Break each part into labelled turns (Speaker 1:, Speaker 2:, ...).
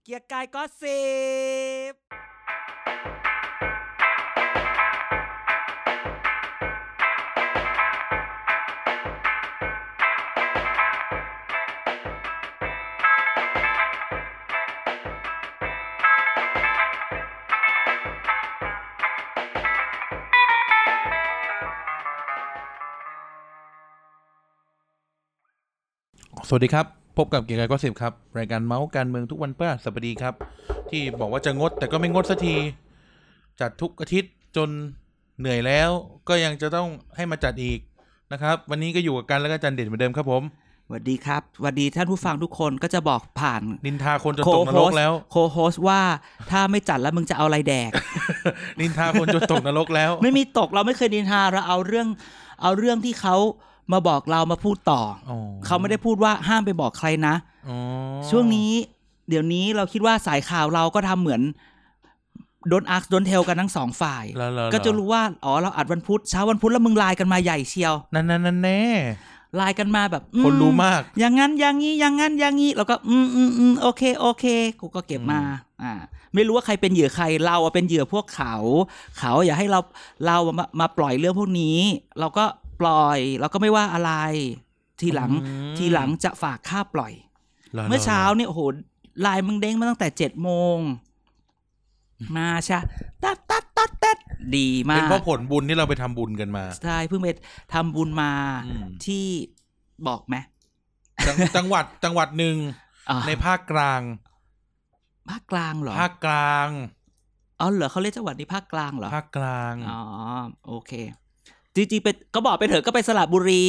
Speaker 1: กียร์กายก็สิบ
Speaker 2: สวัสดีครับพบกับเกียร์กายก็สิบครับรายการเมาส์การเมืองทุกวันพฤหัสบดีครับที่บอกว่าจะงดแต่ก็ไม่งดสักทีจัดทุกอาทิตย์จนเหนื่อยแล้วก็ยังจะต้องให้มาจัดอีกนะครับวันนี้ก็อยู่กับกันแล้วก็จันเด่นเหมือนเดิมครับผม
Speaker 1: สวัสดีครับสวัสดีท่านผู้ฟังทุกคนก็จะบอกผ่าน
Speaker 2: นินทาคนจนตกนรกแล้ว
Speaker 1: โคโฮสว่าถ้าไม่จัดแล้วมึงจะเอาอะไรแดก
Speaker 2: นินทาคนจนตกนรกแล้ว
Speaker 1: ไม่มีตกเราไม่เคยนินทาเราเอาเรื่องที่เขามาบอกเรามาพูดต่อเขาไม่ได้พูดว่าห้ามไปบอกใครนะช่วงนี้เดี๋ยวนี้เราคิดว่าสายข่าวเราก็ทำเหมือนโดนอาร์คโดนเทลกันทั้งสองฝ่ายก็จะรู้ว่าอ๋อเราอัดวันพุธเช้าวันพุธแล้วมึงไลน์กันมาใหญ่เชียว
Speaker 2: นั่นแน่
Speaker 1: ไลน์กันมาแบบ
Speaker 2: คนรู้มาก
Speaker 1: อย่างงั้นอย่างงี้อย่างงั้นอย่างงี้แล้วก็โอเคกูก็เก็บมาไม่รู้ว่าใครเป็นเหยื่อใครเราเป็นเหยื่อพวกเขาอย่าให้เรามาปล่อยเรื่องพวกนี้เราก็ปล่อยเราก็ไม่ว่าอะไรทีหลังจะฝากค่าปล่อยเมื่อเช้าเนี่ยโอ้โหไลน์มึงเด้งมาตั้งแต่ 7:00 นมาใช่ตัดดีมาก
Speaker 2: เป็นเพราะผลบุญที่เราไปทำบุญกันมา
Speaker 1: ใช่เพิ่งไปทำบุญมาที่บอกไหม
Speaker 2: จังหวัดหนึ่งในภาคกลาง
Speaker 1: เหรอ
Speaker 2: ภาคกลาง
Speaker 1: อ๋อเหรอเขาเรียกจังหวัดนี้ภาคกลางเหรอ
Speaker 2: ภาคกลาง
Speaker 1: อ๋อโอเคจริงๆเป็นก็บอกไปเถอะก็ไปสระบุรี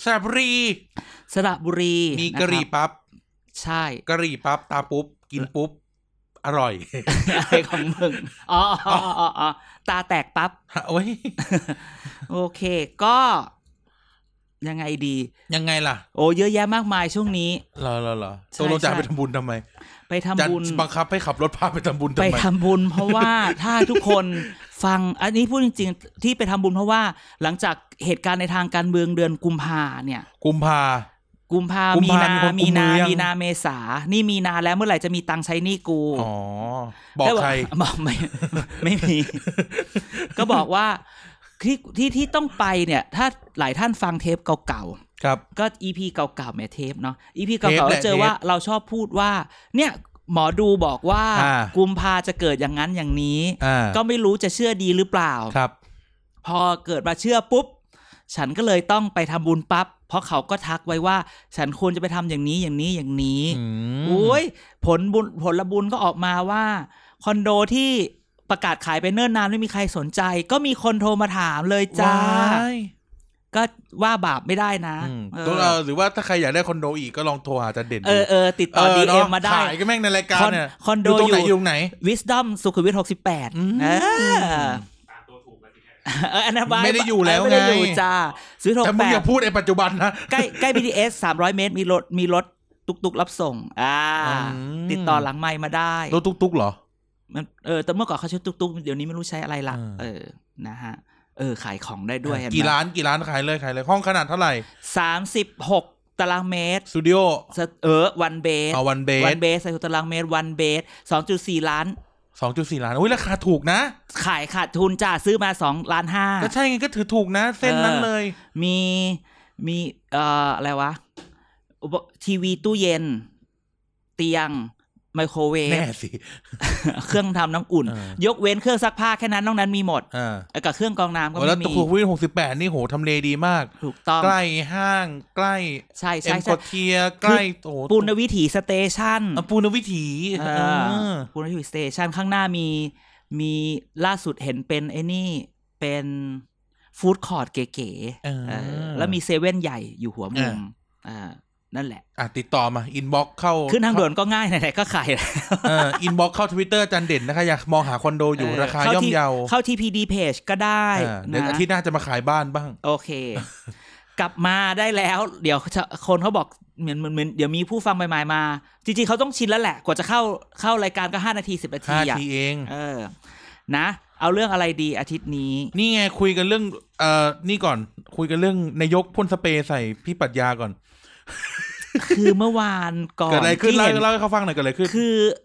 Speaker 2: มีกะหรี่ปั๊บ
Speaker 1: ใช่
Speaker 2: กะหรี่ปั๊บตาปุ๊บกินปุ๊บอร่อย
Speaker 1: อะไรของมึงอ๋อตาแตกปั๊บ
Speaker 2: โอ้ย
Speaker 1: โอเคก็ยังไงดี
Speaker 2: ยังไงล่ะ
Speaker 1: โอ้เยอะแยะมากมายช่วงนี้
Speaker 2: เหรอตกลงจะไปทำบุญทำไม
Speaker 1: ไปทำบุญ
Speaker 2: บังคับให้ขับรถพาไปทำบุญทำไม
Speaker 1: ไปทำบุญเพราะว่าถ้าทุกคนฟังอันนี้พูดจริงๆที่ไปทำบุญเพราะว่าหลังจากเหตุการณ์ในทางการเมืองเดือนกุมภามีนาเมษานี่มีนาแล้วเมื่อไหร่จะมีตังค์ใช้หนี้กู
Speaker 2: อ๋อบอกใคร
Speaker 1: บอกไม่มี ก็บอกว่าที่ต้องไปเนี่ยถ้าหลายท่านฟังเทปเก่า
Speaker 2: ๆครับ
Speaker 1: ก็ EP เก่าๆแม่เทปเนาะ EP เก่าๆก็เจอว่าเราชอบพูดว่าเนี่ยหมอดูบอกว่ากุมภาจะเกิดอย่างนั้นอย่างนี้ก็ไม่รู้จะเชื่อดีหรือเปล่า
Speaker 2: ครับ
Speaker 1: พอเกิดมาเชื่อปุ๊บฉันก็เลยต้องไปทำบุญปั๊บเพราะเขาก็ทักไว้ว่าฉันควรจะไปทำอย่างนี้โอ้ยผลบุญก็ออกมาว่าคอนโดที่ประกาศขายไปเนิ่นนานไม่มีใครสนใจก็มีคนโทรมาถามเลยจ้าก็ว่าบาปไม่ได้นะ
Speaker 2: หรือว่าถ้าใครอยากได้คอนโดอีกก็ลองโทรหาจันเด่น
Speaker 1: ติดต่อ DM มาได้
Speaker 2: ขายก็แม่งในรายการเนี่ย
Speaker 1: คอนโดอยู่ตรงไหน Wisdom สุขุมวิท68อันนั้น
Speaker 2: ไม่ได้อยู่แล้วไง
Speaker 1: ไม่ได้อยู่จ้าซื้อ68
Speaker 2: แต่มึงอย่าพูดในปัจจุบันนะ
Speaker 1: ใกล้ BTS 300 เมตรมีรถตุกๆรับส่งติดต่อหลังไมค์มาได้
Speaker 2: รถตุกๆเหรอ
Speaker 1: มันแต่เมื่อก่อนเขาใช้ตุกๆเดี๋ยวนี้ไม่รู้ใช้อะไรละนะฮะขายของได้ด้วย
Speaker 2: กี่ร้านขายเลยห้องขนาดเท่าไหร่
Speaker 1: 36 ตารางเมตร
Speaker 2: สตูดิโอ
Speaker 1: วันเบสใส่ตารางเมตรวันเบส 2.4 ล้าน
Speaker 2: อุ้ยราคาถูกนะ
Speaker 1: ขายขาดทุนจ้าซื้อมา2.5 ล้าน
Speaker 2: ก็ใช่ไงก็ถือถูกนะเส้นนั้นเลย
Speaker 1: มีอะไรวะทีวีตู้เย็นเตียงไมโครเวฟ
Speaker 2: แน่สิ
Speaker 1: เครื่องทำน้ำอุ่นยกเว้นเครื่องซักผ้าแค่นั้นนอกนั้นมีหมดกับเครื่องกรองน้ำก็ไม่มี
Speaker 2: แล้วสุขุมวิท68นี่โหทำเลดีมาก
Speaker 1: ถูกต้อง
Speaker 2: ใกล้ห้างใกล้
Speaker 1: ใช่
Speaker 2: เอ็มโคเทียใกล้
Speaker 1: ปูนวิถีสเตชัน
Speaker 2: ปูนวิถี
Speaker 1: สเตชันข้างหน้ามีล่าสุดเห็นเป็นไอ้นี่เป็นฟู้ดคอร์ทเก๋ๆแล้วมีเซเว่นใหญ่อยู่หัวมุมนั่นแหละ
Speaker 2: ติดต่อมาอินบ็อกซ์เข้า
Speaker 1: ขึ้นทางด่วนก็ง่ายไหนๆก็ขายแล้ว
Speaker 2: อินบ็อกซ์เข้า Twitter จันเด่นนะคะอยากมองหาคอนโดอยู่ราคาย่อมเยา
Speaker 1: เข้า TPD Page ก็ได้
Speaker 2: เดี๋ยวอาทิตย์หน้าจะมาขายบ้านบ้าง
Speaker 1: โอเคกลับมาได้แล้วเดี๋ยวคนเขาบอกเหมือนเดี๋ยวมีผู้ฟังใหม่ๆมาจริงๆเขาต้องชินแล้วแหละกว่าจะเข้ารายการก็5 นาที10 นาที
Speaker 2: เอง
Speaker 1: นะเอาเรื่องอะไรดีอาทิตย์นี้
Speaker 2: นี่ไงคุยกันเรื่องนี่ก่อนคุยกันเรื่องนายกพ่นสเปรย์ใส่พี่ปรัชญาก่อน
Speaker 1: คือเมื่อวานก่อน
Speaker 2: เกิดอะไรขึ้นเล่าให้เขาฟังหน่อยเกิดอะไรขึ้น
Speaker 1: คือ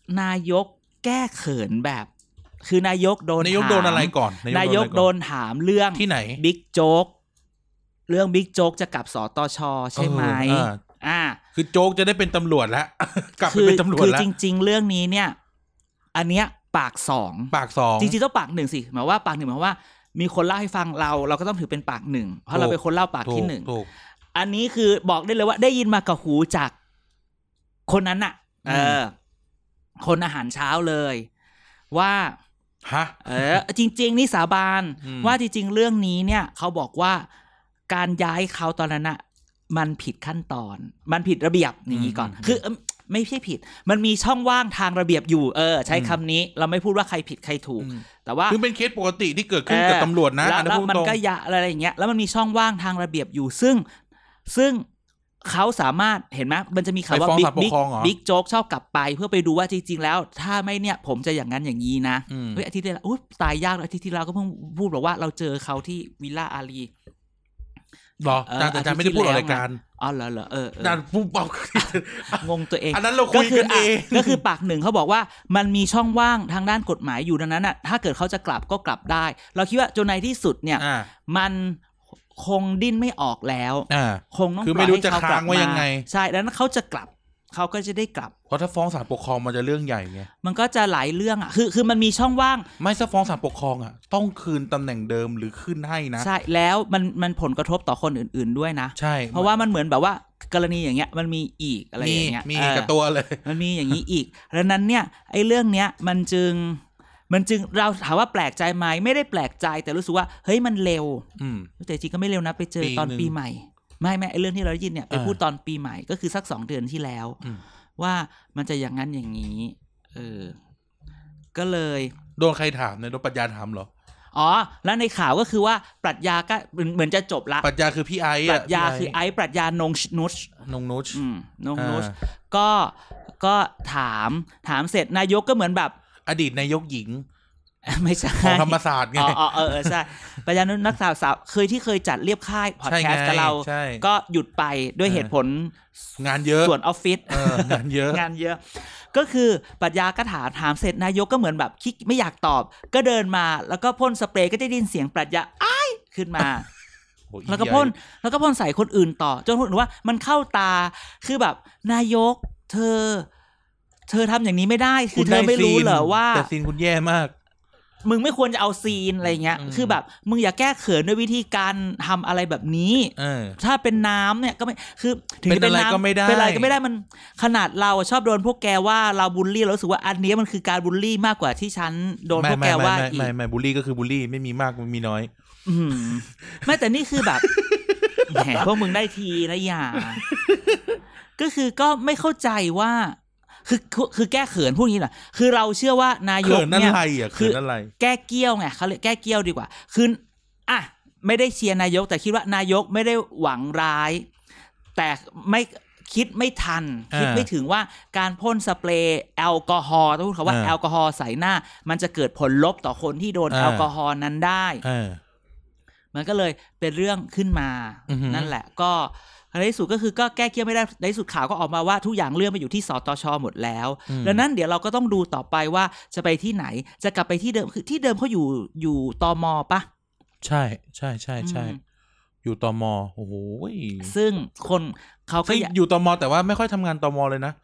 Speaker 1: นายกแก้เขินแบบคือนายกโดน
Speaker 2: อะไรก่อน
Speaker 1: นายกโดนถามเรื่อง
Speaker 2: ที่ไหน
Speaker 1: บิ๊กโจ๊กเรื่องบิ๊กโจ๊กจะกลับสตช.ใช่ไหม
Speaker 2: คือโจ๊กจะได้เป็นตำรวจแล้วกลับไปเป็นตำรวจแล้ว
Speaker 1: คือจริงๆเรื่องนี้เนี่ยอันเนี้ยปากสองจริงๆต้องปากหนึ่งสิหมายว่าปากหนึ่งหมายว่ามีคนเล่าให้ฟังเราก็ต้องถือเป็นปากหนึ่งเพราะเราเป็นคนเล่าปากที่หนึ่งอันนี้คือบอกได้เลยว่าได้ยินมากับหูจากคนนั้นน่ะคนอาหารเช้าเลยว่าจริงๆนี่สาบานว่าจริงๆเรื่องนี้เนี่ยเขาบอกว่าการย้ายเขาตอนนั้นน่ะมันผิดขั้นตอนมันผิดระเบียบนี้ก่อนคือไม่ใช่ผิดมันมีช่องว่างทางระเบียบอยู่ใช้คำนี้เราไม่พูดว่าใครผิดใครถูกแต่ว่า
Speaker 2: คือเป็นเคสปกติที่เกิดขึ้นกับตำรวจนะ
Speaker 1: แล้วมันก็อะไรอย่างเงี้ยแล้วมันมีช่องว่างทางระเบียบอยู่ซึ่งเขาสามารถเห็นไหมมันจะมีข่าวว่าบิ๊กโจ๊กชอบกลับไปเพื่อไปดูว่าจริงๆแล้วถ้าไม่เนี่ยผมจะอย่างนั้นอย่างนี้นะอาทิตย์ที่แล้วตายยากอาทิตย์ที่แล้วก็เพิ่งพูดบอกว่าเราเจอเขาที่วิลล่าอารี
Speaker 2: หรออาจารย์ไม่ได้พูดออกรายการ
Speaker 1: อ๋อเหรอ
Speaker 2: อาจารย์พูดเปล่าง
Speaker 1: งตัวเอง
Speaker 2: อันนั้นเราคุยกันเอง
Speaker 1: ก็คือปากหนึ่งเขาบอกว่ามันมีช่องว่างทางด้านกฎหมายอยู่ดังนั้นน่ะถ้าเกิดเขาจะกลับก็กลับได้เราคิดว่าจนในที่สุดเนี่ยมันคงดิ้นไม่ออกแล้วคงต้อง
Speaker 2: คือไม่รู้จะค้างว่ายังไง
Speaker 1: ใช่แล้วเขาจะกลับเขาก็จะได้กลับ
Speaker 2: เพราะถ้าฟ้องศาลปกครองมันจะเรื่องใหญ่ไง
Speaker 1: มันก็จะหลายเรื่องอ่ะคือมันมีช่องว่าง
Speaker 2: ไม่ถ้าฟ้องศาลปกครองอ่ะต้องคืนตำแหน่งเดิมหรือขึ้นให้นะ
Speaker 1: ใช่แล้วมันผลกระทบต่อคนอื่นๆด้วยนะ
Speaker 2: ใช่
Speaker 1: เพราะว่ามันเหมือนแบบว่ากรณีอย่างเงี้ยมันมีอีกอะไรอย่างเงี้ย
Speaker 2: มีกับตัวเลย
Speaker 1: มันมีอย่างนี้อีกดังนั้นเนี่ยไอ้เรื่องเนี้ยมันจึงเราถามว่าแปลกใจไหมไม่ได้แปลกใจแต่รู้สึกว่าเฮ้ยมันเร็วแต่จริงก็ไม่เร็วนะไปเจอตอนปีใหม่ไม่ไอ้เรื่องที่เราได้ยินเนี่ยไปพูดตอนปีใหม่ก็คือสัก2 เดือนที่แล้วว่ามันจะอย่างนั้นอย่างนี้ก็เลย
Speaker 2: โดนใครถามเนี่ยโดนปรัชญาถามเหรอ
Speaker 1: อ๋อแล้วในข่าวก็คือว่าปรัชญาก็เหมือนจะจบละ
Speaker 2: ปรัชญาคือพี่ไอซ์
Speaker 1: ปรัชญาคือไอซ์ปรัชญานงนุช
Speaker 2: นงนุช
Speaker 1: ก็ถามเสร็จนายกก็เหมือนแบบ
Speaker 2: อดีตนายกหญิง
Speaker 1: ไม่ใช่
Speaker 2: ของธรรมศาสตร์ไง
Speaker 1: ใช่ปรัชญานักข่าวสาวเคยจัดเรียบค่ายพอดแคสต์กับเราก็หยุดไปด้วยเหตุผล
Speaker 2: งานเยอะ
Speaker 1: ส่วนออฟฟิศ
Speaker 2: งานเยอะ
Speaker 1: ก็คือปรัชญาก็ถามเสร็จนายกก็เหมือนแบบคิดไม่อยากตอบก็เดินมาแล้วก็พ่นสเปรย์ก็จะได้ยินเสียงปรัชญาอ้ายขึ้นมาแล้วก็พ่นใส่คนอื่นต่อจนคนอื่นว่ามันเข้าตาคือแบบนายกเธอทำอย่างนี้ไม่ได้คือเธอไม่รู้เหรอว่า
Speaker 2: แต่ซีนคุณแย่มาก
Speaker 1: มึงไม่ควรจะเอาซีนอะไรเงี้ยคือแบบมึงอย่าแก้เขินด้วยวิธีการทำอะไรแบบนี้ถ้าเป็นน้ำเนี่ยก็ไม่คือถึงจะเป็นน้ำเป็นอะไรก็ไม่ได้มันขนาดเราชอบโดนพวกแกว่าเราบูลลี่เรารู้สึกว่าอันนี้มันคือการบูลลี่มากกว่าที่ฉันโดนพวกแกว่าอีก
Speaker 2: ไม่บูลลี่ก็คือบูลลี่ไม่มีมากมันมีน้อย
Speaker 1: ไม่แต่นี่คือแบบแหมพวกมึงได้ทีนะอย่าก็คือก็ไม่เข้าใจว่าคือแก้เขินพวกนี้แหละคือเราเชื่อว่านายกเนี่ย
Speaker 2: คือ
Speaker 1: แก้เกี้ยวไงเขาเรียกแก้เกี้ยวดีกว่าคือไม่ได้เชียร์นายกแต่คิดว่านายกไม่ได้หวังร้ายแต่ไม่คิดไม่ทันคิดไม่ถึงว่าการพ่นสเปรย์แอลกอฮอล์ต้องพูดคำว่าแอลกอฮอล์ใส่หน้ามันจะเกิดผลลบต่อคนที่โดนแอลกอฮอล์นั้นได้มันก็เลยเป็นเรื่องขึ้นมานั่นแหละก็ในที่สุดก็คือก็แก้เกี้ยวไม่ได้ในที่สุดข่าวก็ออกมาว่าทุกอย่างเลื่อนไปอยู่ที่สตช.หมดแล้วดังนั้นเดี๋ยวเราก็ต้องดูต่อไปว่าจะไปที่ไหนจะกลับไปที่เดิมคือที่เดิมเขาอยู่ตม.ปะ
Speaker 2: ใช่อยู่ตม.โอ้โห
Speaker 1: ซึ่งคนเขาก็
Speaker 2: อยู่ตม.แต่ว่าไม่ค่อยทำงานตม.เลยนะ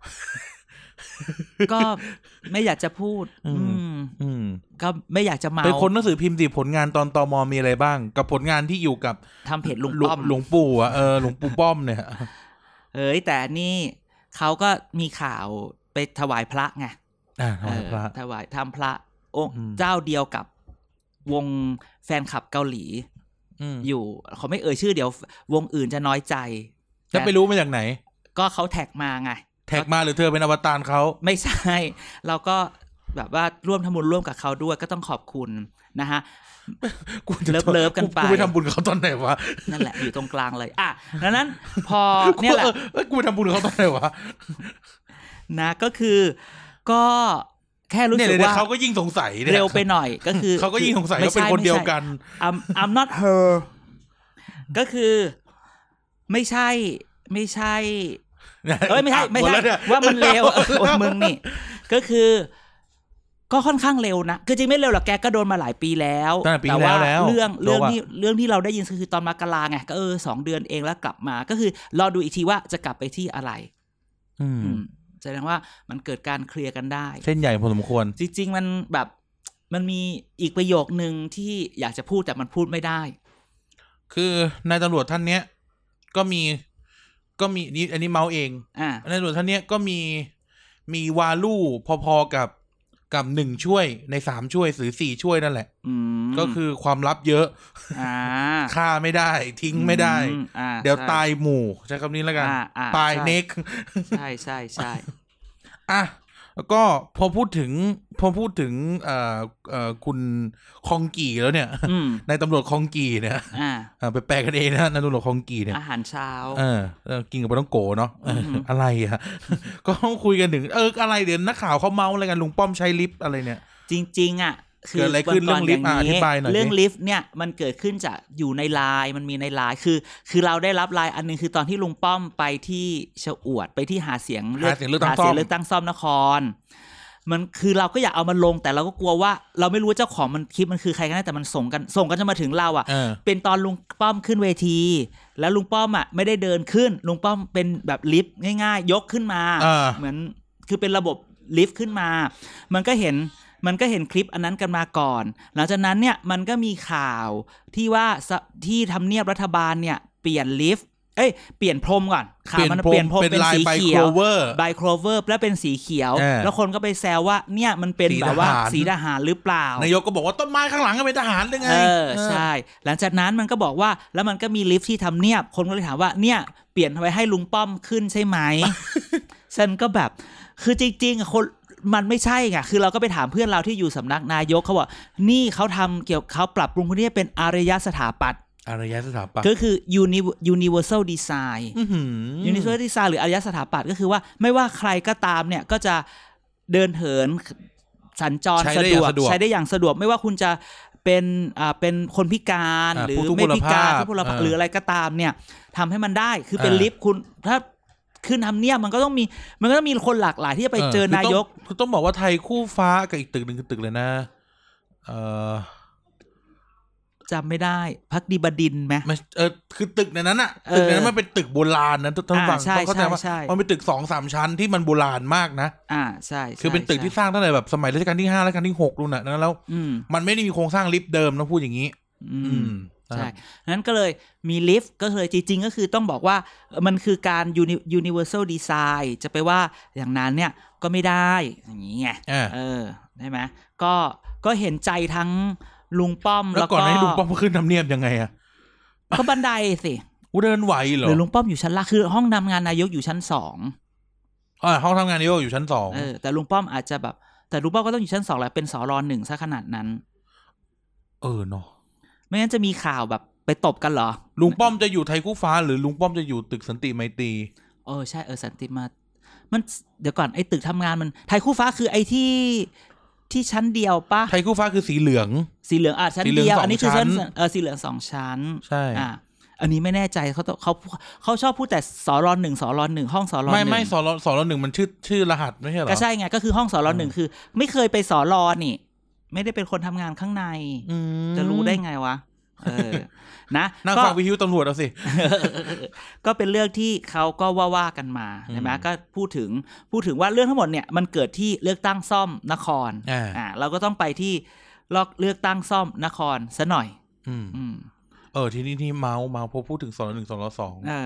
Speaker 1: ก็ไม่อยากจะพูดก็ไม่อยากจะเมา
Speaker 2: ไปคนหนังสือพิมพ์สิผลงานตอนตม.มีอะไรบ้างกับผลงานที่อยู่กับ
Speaker 1: ทำเพจหลวงป้อม
Speaker 2: หลวงปู่อ่ะหลวงปู่ป้อมเนี่ย
Speaker 1: แต่นี่เขาก็มีข่าวไปถวายพระไงถวายทำพระองค์เจ้าเดียวกับวงแฟนคลับเกาหลีอยู่เขาไม่ชื่อเดี๋ยววงอื่นจะน้อยใจ
Speaker 2: จะไปรู้มาจากไหน
Speaker 1: ก็เขาแท็กมาไง
Speaker 2: แท็กมาหรือเธอเป็นอวตารเขา
Speaker 1: ไม่ใช่เราก็แบบว่าร่วมทำบุญร่วมกับเขาด้วยก็ต้องขอบคุณนะฮะเลิฟกันไป
Speaker 2: กูไปทำบุญกับเขาตอนไหนวะ
Speaker 1: นั่นแหละอยู่ตรงกลางเลยดังนั้นพอเนี่ยแหละ
Speaker 2: กูไปทำบุญกับเขาตอนไหนวะ
Speaker 1: นะก็คือก็แค่รู้สึกว่า
Speaker 2: เขาก็ยิ่งสงสัย
Speaker 1: เร็วไปหน่อยก็คือ
Speaker 2: เขาก็ยิ่งสงสัยว่าเป็นคนเดียวกัน
Speaker 1: I'm not her ก็คือไม่ใช่ไม่ใช่ว่ามันเลวมึงนี่ก็คือก็ค่อนข้างเร็วนะคือจริงไม่เร็วหรอกแกก็โดนมาหลายปีแล้วแต่ว่าเรื่องที่เราได้ยินคือตอนมกราไงก็2 เดือนเองแล้วกลับมาก็คือรอดูอีกทีว่าจะกลับไปที่อะไรแสดงว่ามันเกิดการเคลียร์กันได้
Speaker 2: เส้นใหญ่พอสมควร
Speaker 1: จริงๆมันแบบมันมีอีกประโยคนึงที่อยากจะพูดแต่มันพูดไม่ได้
Speaker 2: คือนายตำรวจท่านเนี้ยก็มีนี่อันนี้เมาส์เองนายตำรวจท่านเนี้ยก็มีวาลูพอๆกับ1 ช่วยใน3 ช่วยหรือ4 ช่วยนั่นแหละก็คือความลับเยอะฆ่าไม่ได้ทิ้งไม่ได้เดี๋ยวตายหมู่ใช้คำนี้แล้วกันตายเน็ก
Speaker 1: ใช่ใช่ใช่
Speaker 2: อ่ะแล้วก็พอพูดถึงคุณคองกีแล้วเนี่ยในตำรวจคองกีเนี่ยไปแปลกันเองนะในตำรวจคองกีเนี่ย
Speaker 1: อาหารเช้า
Speaker 2: กินกับปลาต้องโกเนาะอะไรอะก็ต้องคุยกันถึงอะไรเดี๋ยวนักข่าวเขาเมาอะไรกันลุงป้อมใช้ลิฟต์อะไรเนี่ย
Speaker 1: จริงๆอ่ะ
Speaker 2: คืออะไรขึ้นเรื่องลิฟต์อธิบายหน่อย
Speaker 1: เรื่องลิฟต์เนี่ยมันเกิดขึ้นจากอยู่ในไลน์มันมีในไลน์คือเราได้รับไลน์อันนึงคือตอนที่ลุงป้อมไปที่ชะอวดไปที่หาเสียงเลือกตั้งซ่อมนครมันคือเราก็อยากเอามันลงแต่เราก็กลัวว่าเราไม่รู้เจ้าของมันคลิปมันคือใครกันแน่แต่มันส่งกันจะมาถึงเราอ่ะเป็นตอนลุงป้อมขึ้นเวทีแล้วลุงป้อมอ่ะไม่ได้เดินขึ้นลุงป้อมเป็นแบบลิฟต์ง่ายๆยกขึ้นมาเหมือนคือเป็นระบบลิฟต์ขึ้นมามันก็เห็นคลิปอันนั้นกันมาก่อนหลังจากนั้นเนี่ยมันก็มีข่าวที่ว่าที่ทำเนียบรัฐบาลเนี่ยเปลี่ยนลิฟต์เปลี่ยนพรมก่อนข่าวมันเปลี่ยนพรมเป็นสีเขียวใบโครเวอร์แล้วเป็นสีเขียวแล้วคนก็ไปแซวว่าเนี่ยมันเป็นแบบว่าสีทหารหรือเปล่าน
Speaker 2: ายกก็บอกว่าต้นไม้ข้างหลังก็เป็นทหารได้ไง
Speaker 1: ใช่หลังจากนั้นมันก็บอกว่าแล้วมันก็มีลิฟต์ที่ทำเนียบคนก็เลยถามว่าเนี่ยเปลี่ยนไว้ให้ลุงป้อมขึ้นใช่ไหม ฉันก็แบบคือจริงๆคนมันไม่ใช่ไงคือเราก็ไปถามเพื่อนเราที่อยู่สำนักนายกเขาบอกนี่เขาทำเกี่ยวเขาปรับปรุงพื้นที่เป็นอารยสถาปัตย์ก็คือ universal design universal design หรืออารยสถาปัตย์ก็คือว่าไม่ว่าใครก็ตามเนี่ยก็จะเดินเหินสัญจรสะดวกใช้ได้อย่างสะดวกไม่ว่าคุณจะเป็นคนพิการหรือไม่พิการทุพพลภาพหรืออะไรก็ตามเนี่ยทำให้มันได้คือเป็นลิฟต์คุณถ้าขึ้นทำเนียบมันก็ต้องมีคนหลากหลายที่จะไปเจอนายก
Speaker 2: คือต้องบอกว่าไทยคู่ฟ้ากับอีกตึกนึงคือตึกเลยนะ
Speaker 1: จำไม่ได้ภักดีบดินทร์ไหม
Speaker 2: คือตึกในนั้นอ่ะตึกในนั้นมันเป็นตึกโบราณนะทั้งฝั่งต้องเข้าใจว่ามันเป็นตึก 2-3 ชั้นที่มันโบราณมากนะ
Speaker 1: ใช่
Speaker 2: คือเป็นตึกที่สร้างตั้งแต่แบบสมัยรัชกาลที่5รัชกาลที่6นู่นน่ะแล้วมันไม่ได้มีโครงสร้างลิฟต์เดิมนะพูดอย่างนี้
Speaker 1: ใช่นั้นก็เลยมีลิฟต์ก็เลยจริงๆก็คือต้องบอกว่ามันคือการ universal design จะไปว่าอย่างนั้นเนี่ยก็ไม่ได้อย่างนี้ไงใช่ไหมก็เห็นใจทั้งลุงป้อม
Speaker 2: แล้วก่อนให้ลุงป้อมขึ้นทำเนียบยังไงอะ
Speaker 1: ก็บันไดสิ
Speaker 2: เดินไหวเหรอ
Speaker 1: หรือลุงป้อมอยู่ชั้นล่างคือห้องทำงานนายกอยู่ชั้น2
Speaker 2: ห้องทำงานนายกอยู่ชั้น2
Speaker 1: แต่ลุงป้อมอาจจะแบบแต่ลุงป้อมก็ต้องอยู่ชั้น2แล้วเป็นสร1ซะขนาดนั้น
Speaker 2: เนาะ
Speaker 1: ไม่งั้นจะมีข่าวแบบไปตบกันเหรอ
Speaker 2: ลุงป้อมจะอยู่ไทยคู่ฟ้าหรือลุงป้อมจะอยู่ตึกสันติไมตรี
Speaker 1: ใช่สันติมามันเดี๋ยวก่อนไอ้ตึกทำงานมันไทยคู่ฟ้าคือไอ้ที่ชั้นเดียวปะ
Speaker 2: ไทยคู่ฟ้าคือสีเหลือง
Speaker 1: ชั้นเดียวอันนี้คือชั้นสีเหลือง2 ชั้น
Speaker 2: ใช่
Speaker 1: อันนี้ไม่แน่ใจเขาชอบพูดแต่สร1สร1ห้องสร1
Speaker 2: ไม่สร1มันชื่อรหัสไม่ใช่เหรอ
Speaker 1: ก็ใช่ไงก็คือห้องสร1คือไม่เคยไปสรนี่ไม่ได้เป็นคนทำงานข้างในจะรู้ได้ไงวะนะ
Speaker 2: นั่งฟังวิทยุตำรวจเอาสิ
Speaker 1: ก็เป็นเรื่องที่เขาก็ว่ากันมาใช่ไหมก็พูดถึงว่าเรื่องทั้งหมดเนี่ยมันเกิดที่เลือกตั้งซ่อมนครเราก็ต้องไปที่เลือกตั้งซ่อมนครซะหน่อย
Speaker 2: ทีนี้ที่เมาพอพูดถึงสร1สร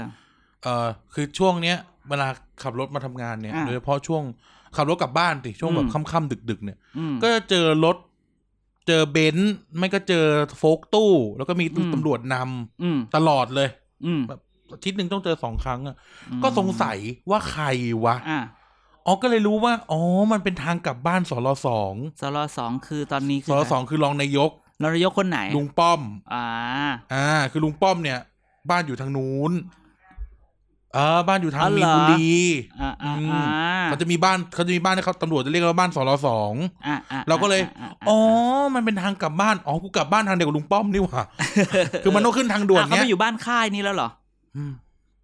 Speaker 2: 2คือช่วงเนี้ยเวลาขับรถมาทำงานเนี่ยโดยเฉพาะช่วงขับรถกลับบ้านช่วงแบบค่ำๆดึกๆเนี่ยก็จะเจอรถเจอเบนซ์ไม่ก็เจอโฟล์คตู้แล้วก็มีตำรวจนำตลอดเลยแบบอาทิตย์นึงต้องเจอ2 ครั้งก็สงสัยว่าใครวะก็เลยรู้ว่ามันเป็นทางกลับบ้านสร
Speaker 1: 2คือตอนนี้
Speaker 2: สร2คือรองนายก
Speaker 1: คนไหน
Speaker 2: ลุงป้อมคือลุงป้อมเนี่ยบ้านอยู่ทางนู้นบ้านอยู่ทางมีนบุรีเขาจะมีบ้านที่เขาตำรวจจะเรียกว่าบ้านสร2เราก็เลยมันเป็นทางกลับบ้านกูกลับบ้านทางเดียวกับลุงป้อมนี่หว่าคือมันต้องขึ้นทางด่วนเนี้ย
Speaker 1: เขาไปอยู่บ้านค่ายนี่แล้วเหรอ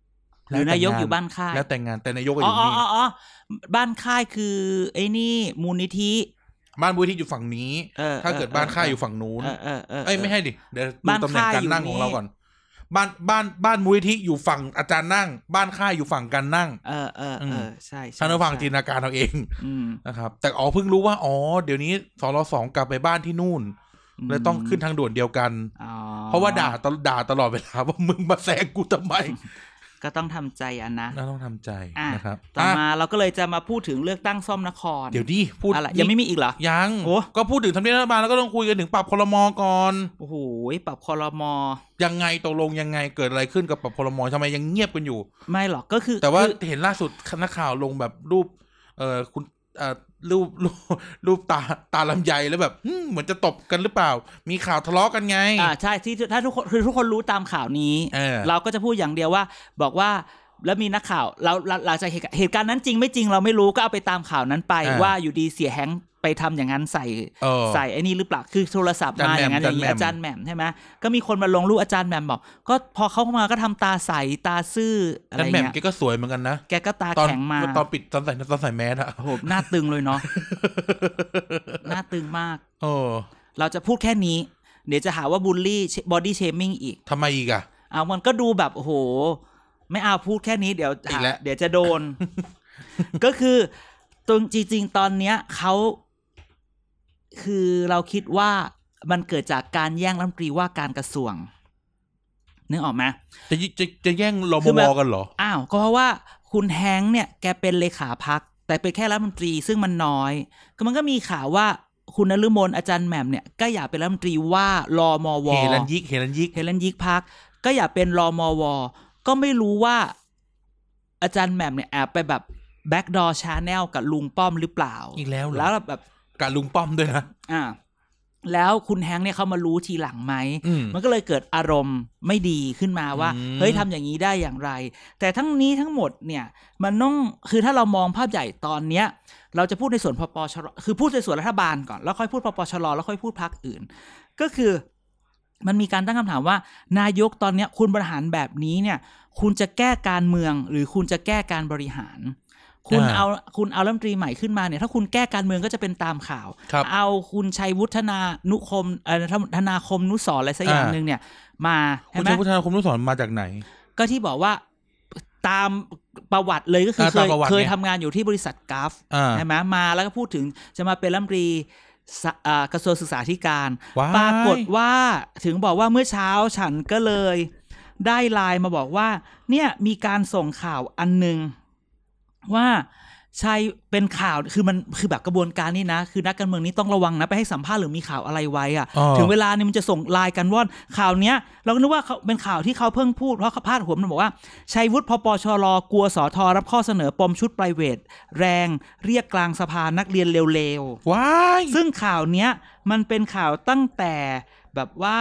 Speaker 1: หรือนายกอยู่บ้านค่าย
Speaker 2: แล้วแต่งงานแต่นายกก็อ
Speaker 1: อ๋อยู่
Speaker 2: นี่
Speaker 1: อ๋อบ้านค่ายคือไอ้นี่มูลนิธิ
Speaker 2: บ้านมูลนิธิอยู่ฝั่งนี้ถ้าเกิดบ้านค่ายอยู่ฝั่งนู้นเอ้ยไม่ให้ดิเดี๋ยวดูตำแหน่งการนั่งของเราก่อนบ้านมูลนิธิอยู่ฝั่งอาจารย์นั่งบ้านค่ายอยู่ฝั่งการนั่ง
Speaker 1: ใช่
Speaker 2: ท่านผู้ฟังจินตนาการเอาเองนะครับแต่เพิ่งรู้ว่าเดี๋ยวนี้สรสองกลับไปบ้านที่นู่นเลยต้องขึ้นทางด่วนเดียวกันเพราะว่าด่าตลอดเวลาว่ามึงมาแซงกูทำไม
Speaker 1: ก็ต้องทำใจนะ
Speaker 2: ต้องทำใจนะครับ
Speaker 1: ต่อมาเราก็เลยจะมาพูดถึงเลือกตั้งซ่อมนคร
Speaker 2: เดี๋ยวดิพูด
Speaker 1: อะไรยังไม่มีอีกเหรอ
Speaker 2: ยังก็พูดถึงทำเนียบรัฐบาลแล้วก็ต้องคุยกันถึงปรับครม.ก่อน
Speaker 1: โอ้โหปรับครม.
Speaker 2: ยังไงตกลงยังไงเกิดอะไรขึ้นกับปรับครม.ทำไมยังเงียบกันอยู่
Speaker 1: ไม่หรอกก็คือ
Speaker 2: แต่ว่าเห็นล่าสุดนักข่าวลงแบบรูปคุณรูปตาลำไยแล้วแบบเหมือนจะตบกันหรือเปล่ามีข่าวทะเลาะกันไง
Speaker 1: ใช่ที่ถ้าทุกคนรู้ตามข่าวนี้เราก็จะพูดอย่างเดียวว่าบอกว่าแล้วมีนักข่าวเราหลังจากเหตุการณ์นั้นจริงไม่จริงเราไม่รู้ก็เอาไปตามข่าวนั้นไปว่าอยู่ดีเสียแฮงไปทำอย่างนั้นใส่ไอ้นี่หรือเปล่าคือโทรศัพท์มาอย่างนั้นอย่างนี้อาจารย์แหม่มใช่ไหมก็มีคนมาลงรูปอาจารย์แหม่มบอกก็พอเขาเข้ามาก็ทำตาใสตาซื่ออะไรเงี้ยอาจารย์แหม่ม
Speaker 2: แกก็สวยเหมือนกันนะ
Speaker 1: แกก็ตาแข็งมา
Speaker 2: ตอนปิดตอนใส่แมสอะ
Speaker 1: โอ้โหหน้าตึงเลยเนาะหน้าตึงมากเราจะพูดแค่นี้เดี๋ยวจะหาว่าบูลลี่บอดี้เชมิ่งอีก
Speaker 2: ทำไมอีกอะ
Speaker 1: มันก็ดูแบบโอ้โหไม่เอาพูดแค่นี้เดี๋ยวจะโดน ก็คือตรงจริงๆตอนเนี้ยเขาคือเราคิดว่ามันเกิดจากการแย่งรัฐมนตรีว่าการกระทรวงนึกออกไหม
Speaker 2: จะแย่งรมวกันเหรอ
Speaker 1: ก็เพราะว่าคุณแฮงค์เนี่ยแกเป็นเลขาพรรคแต่เป็นแค่รัฐมนตรีซึ่งมันน้อยก็มันก็มีข่าวว่าคุณนฤมลอาจารย์แหม่มเนี่ยก็อยากเป็นรัฐมนตรีว่ารมว
Speaker 2: เฮลันยิก
Speaker 1: พรรคก็อยากเป็นรมวก็ไม่รู้ว่าอาจารย์แหม่มเนี่ยแอบไปแบบ backdoor channel กับลุงป้อมหรือเปล่า
Speaker 2: อีกแล้ว
Speaker 1: แบบ
Speaker 2: กับลุงป้อมด้วยนะ
Speaker 1: แล้วคุณแฮงค์เนี่ยเขามารู้ทีหลังไหมมันก็เลยเกิดอารมณ์ไม่ดีขึ้นมาว่าเฮ้ยทำอย่างนี้ได้อย่างไรแต่ทั้งนี้ทั้งหมดเนี่ยมันต้องคือถ้าเรามองภาพใหญ่ตอนเนี้ยเราจะพูดในส่วนพปชรคือพูดในส่วนรัฐบาลก่อนแล้วค่อยพูดพปชรแล้วค่อยพูดพรรคอื่นก็คือมันมีการตั้งคำถามว่านายกตอนนี้คุณบริหารแบบนี้เนี่ยคุณจะแก้การเมืองหรือคุณจะแก้การบริหารคุณเอารัฐมนตรีใหม่ขึ้นมาเนี่ยถ้าคุณแก้การเมืองก็จะเป็นตามข่าวเอาคุณชัยวุฒนานุคมธนาคมนุสรอะไรสักอย่างนึงเนี่ยมาใช่ไหม
Speaker 2: คุณชัยวุฒนาคมนุสรมาจากไหน
Speaker 1: ก็ที่บอกว่าตามประวัติเลยก็คือเคยทำงานอยู่ที่บริษัทกราฟใช่ไหมมาแล้วก็พูดถึงจะมาเป็นรัฐมนตรีกระทรวงศึกษาธิการปรากฏว่าถึงบอกว่าเมื่อเช้าฉันก็เลยได้ไลน์มาบอกว่าเนี่ยมีการส่งข่าวอันนึงว่าใช่เป็นข่าวคือมันคือแบบกระบวนการนี่นะคือนักการเมืองนี้ต้องระวังนะไปให้สัมภาษณ์หรือมีข่าวอะไรไว้อะถึงเวลาเนี่ยมันจะส่งไลน์กันว่าข่าวเนี้ยเราก็นึกว่าเขาเป็นข่าวที่เขาเพิ่งพูดเพราะพาดหัวมันบอกว่าชัยวุฒิพปชรกลัวสทรับข้อเสนอปมชุดไพรเวทแรงเรียกกลางสภานักเรียนเร็ว
Speaker 2: ๆว้าย
Speaker 1: ซึ่งข่าวเนี้ยมันเป็นข่าวตั้งแต่แบบว่า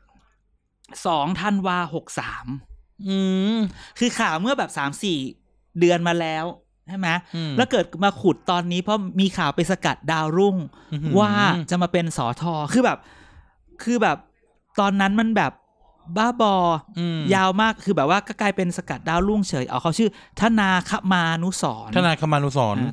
Speaker 1: 2 ธันวาคม 63คือข่าวเมื่อแบบ 3-4 เดือนมาแล้วใช่ไหมแล้วเกิดมาขุดตอนนี้เพราะมีข่าวไปสกัดดาวรุ่งว่าจะมาเป็นสท.คือแบบตอนนั้นมันแบบบ้าบอยาวมากคือแบบว่าก็กลายเป็นสกัดดาวรุ่งเฉยเขาชื่อธนาคมานุสรณ์
Speaker 2: ธนาคมานุสรณ์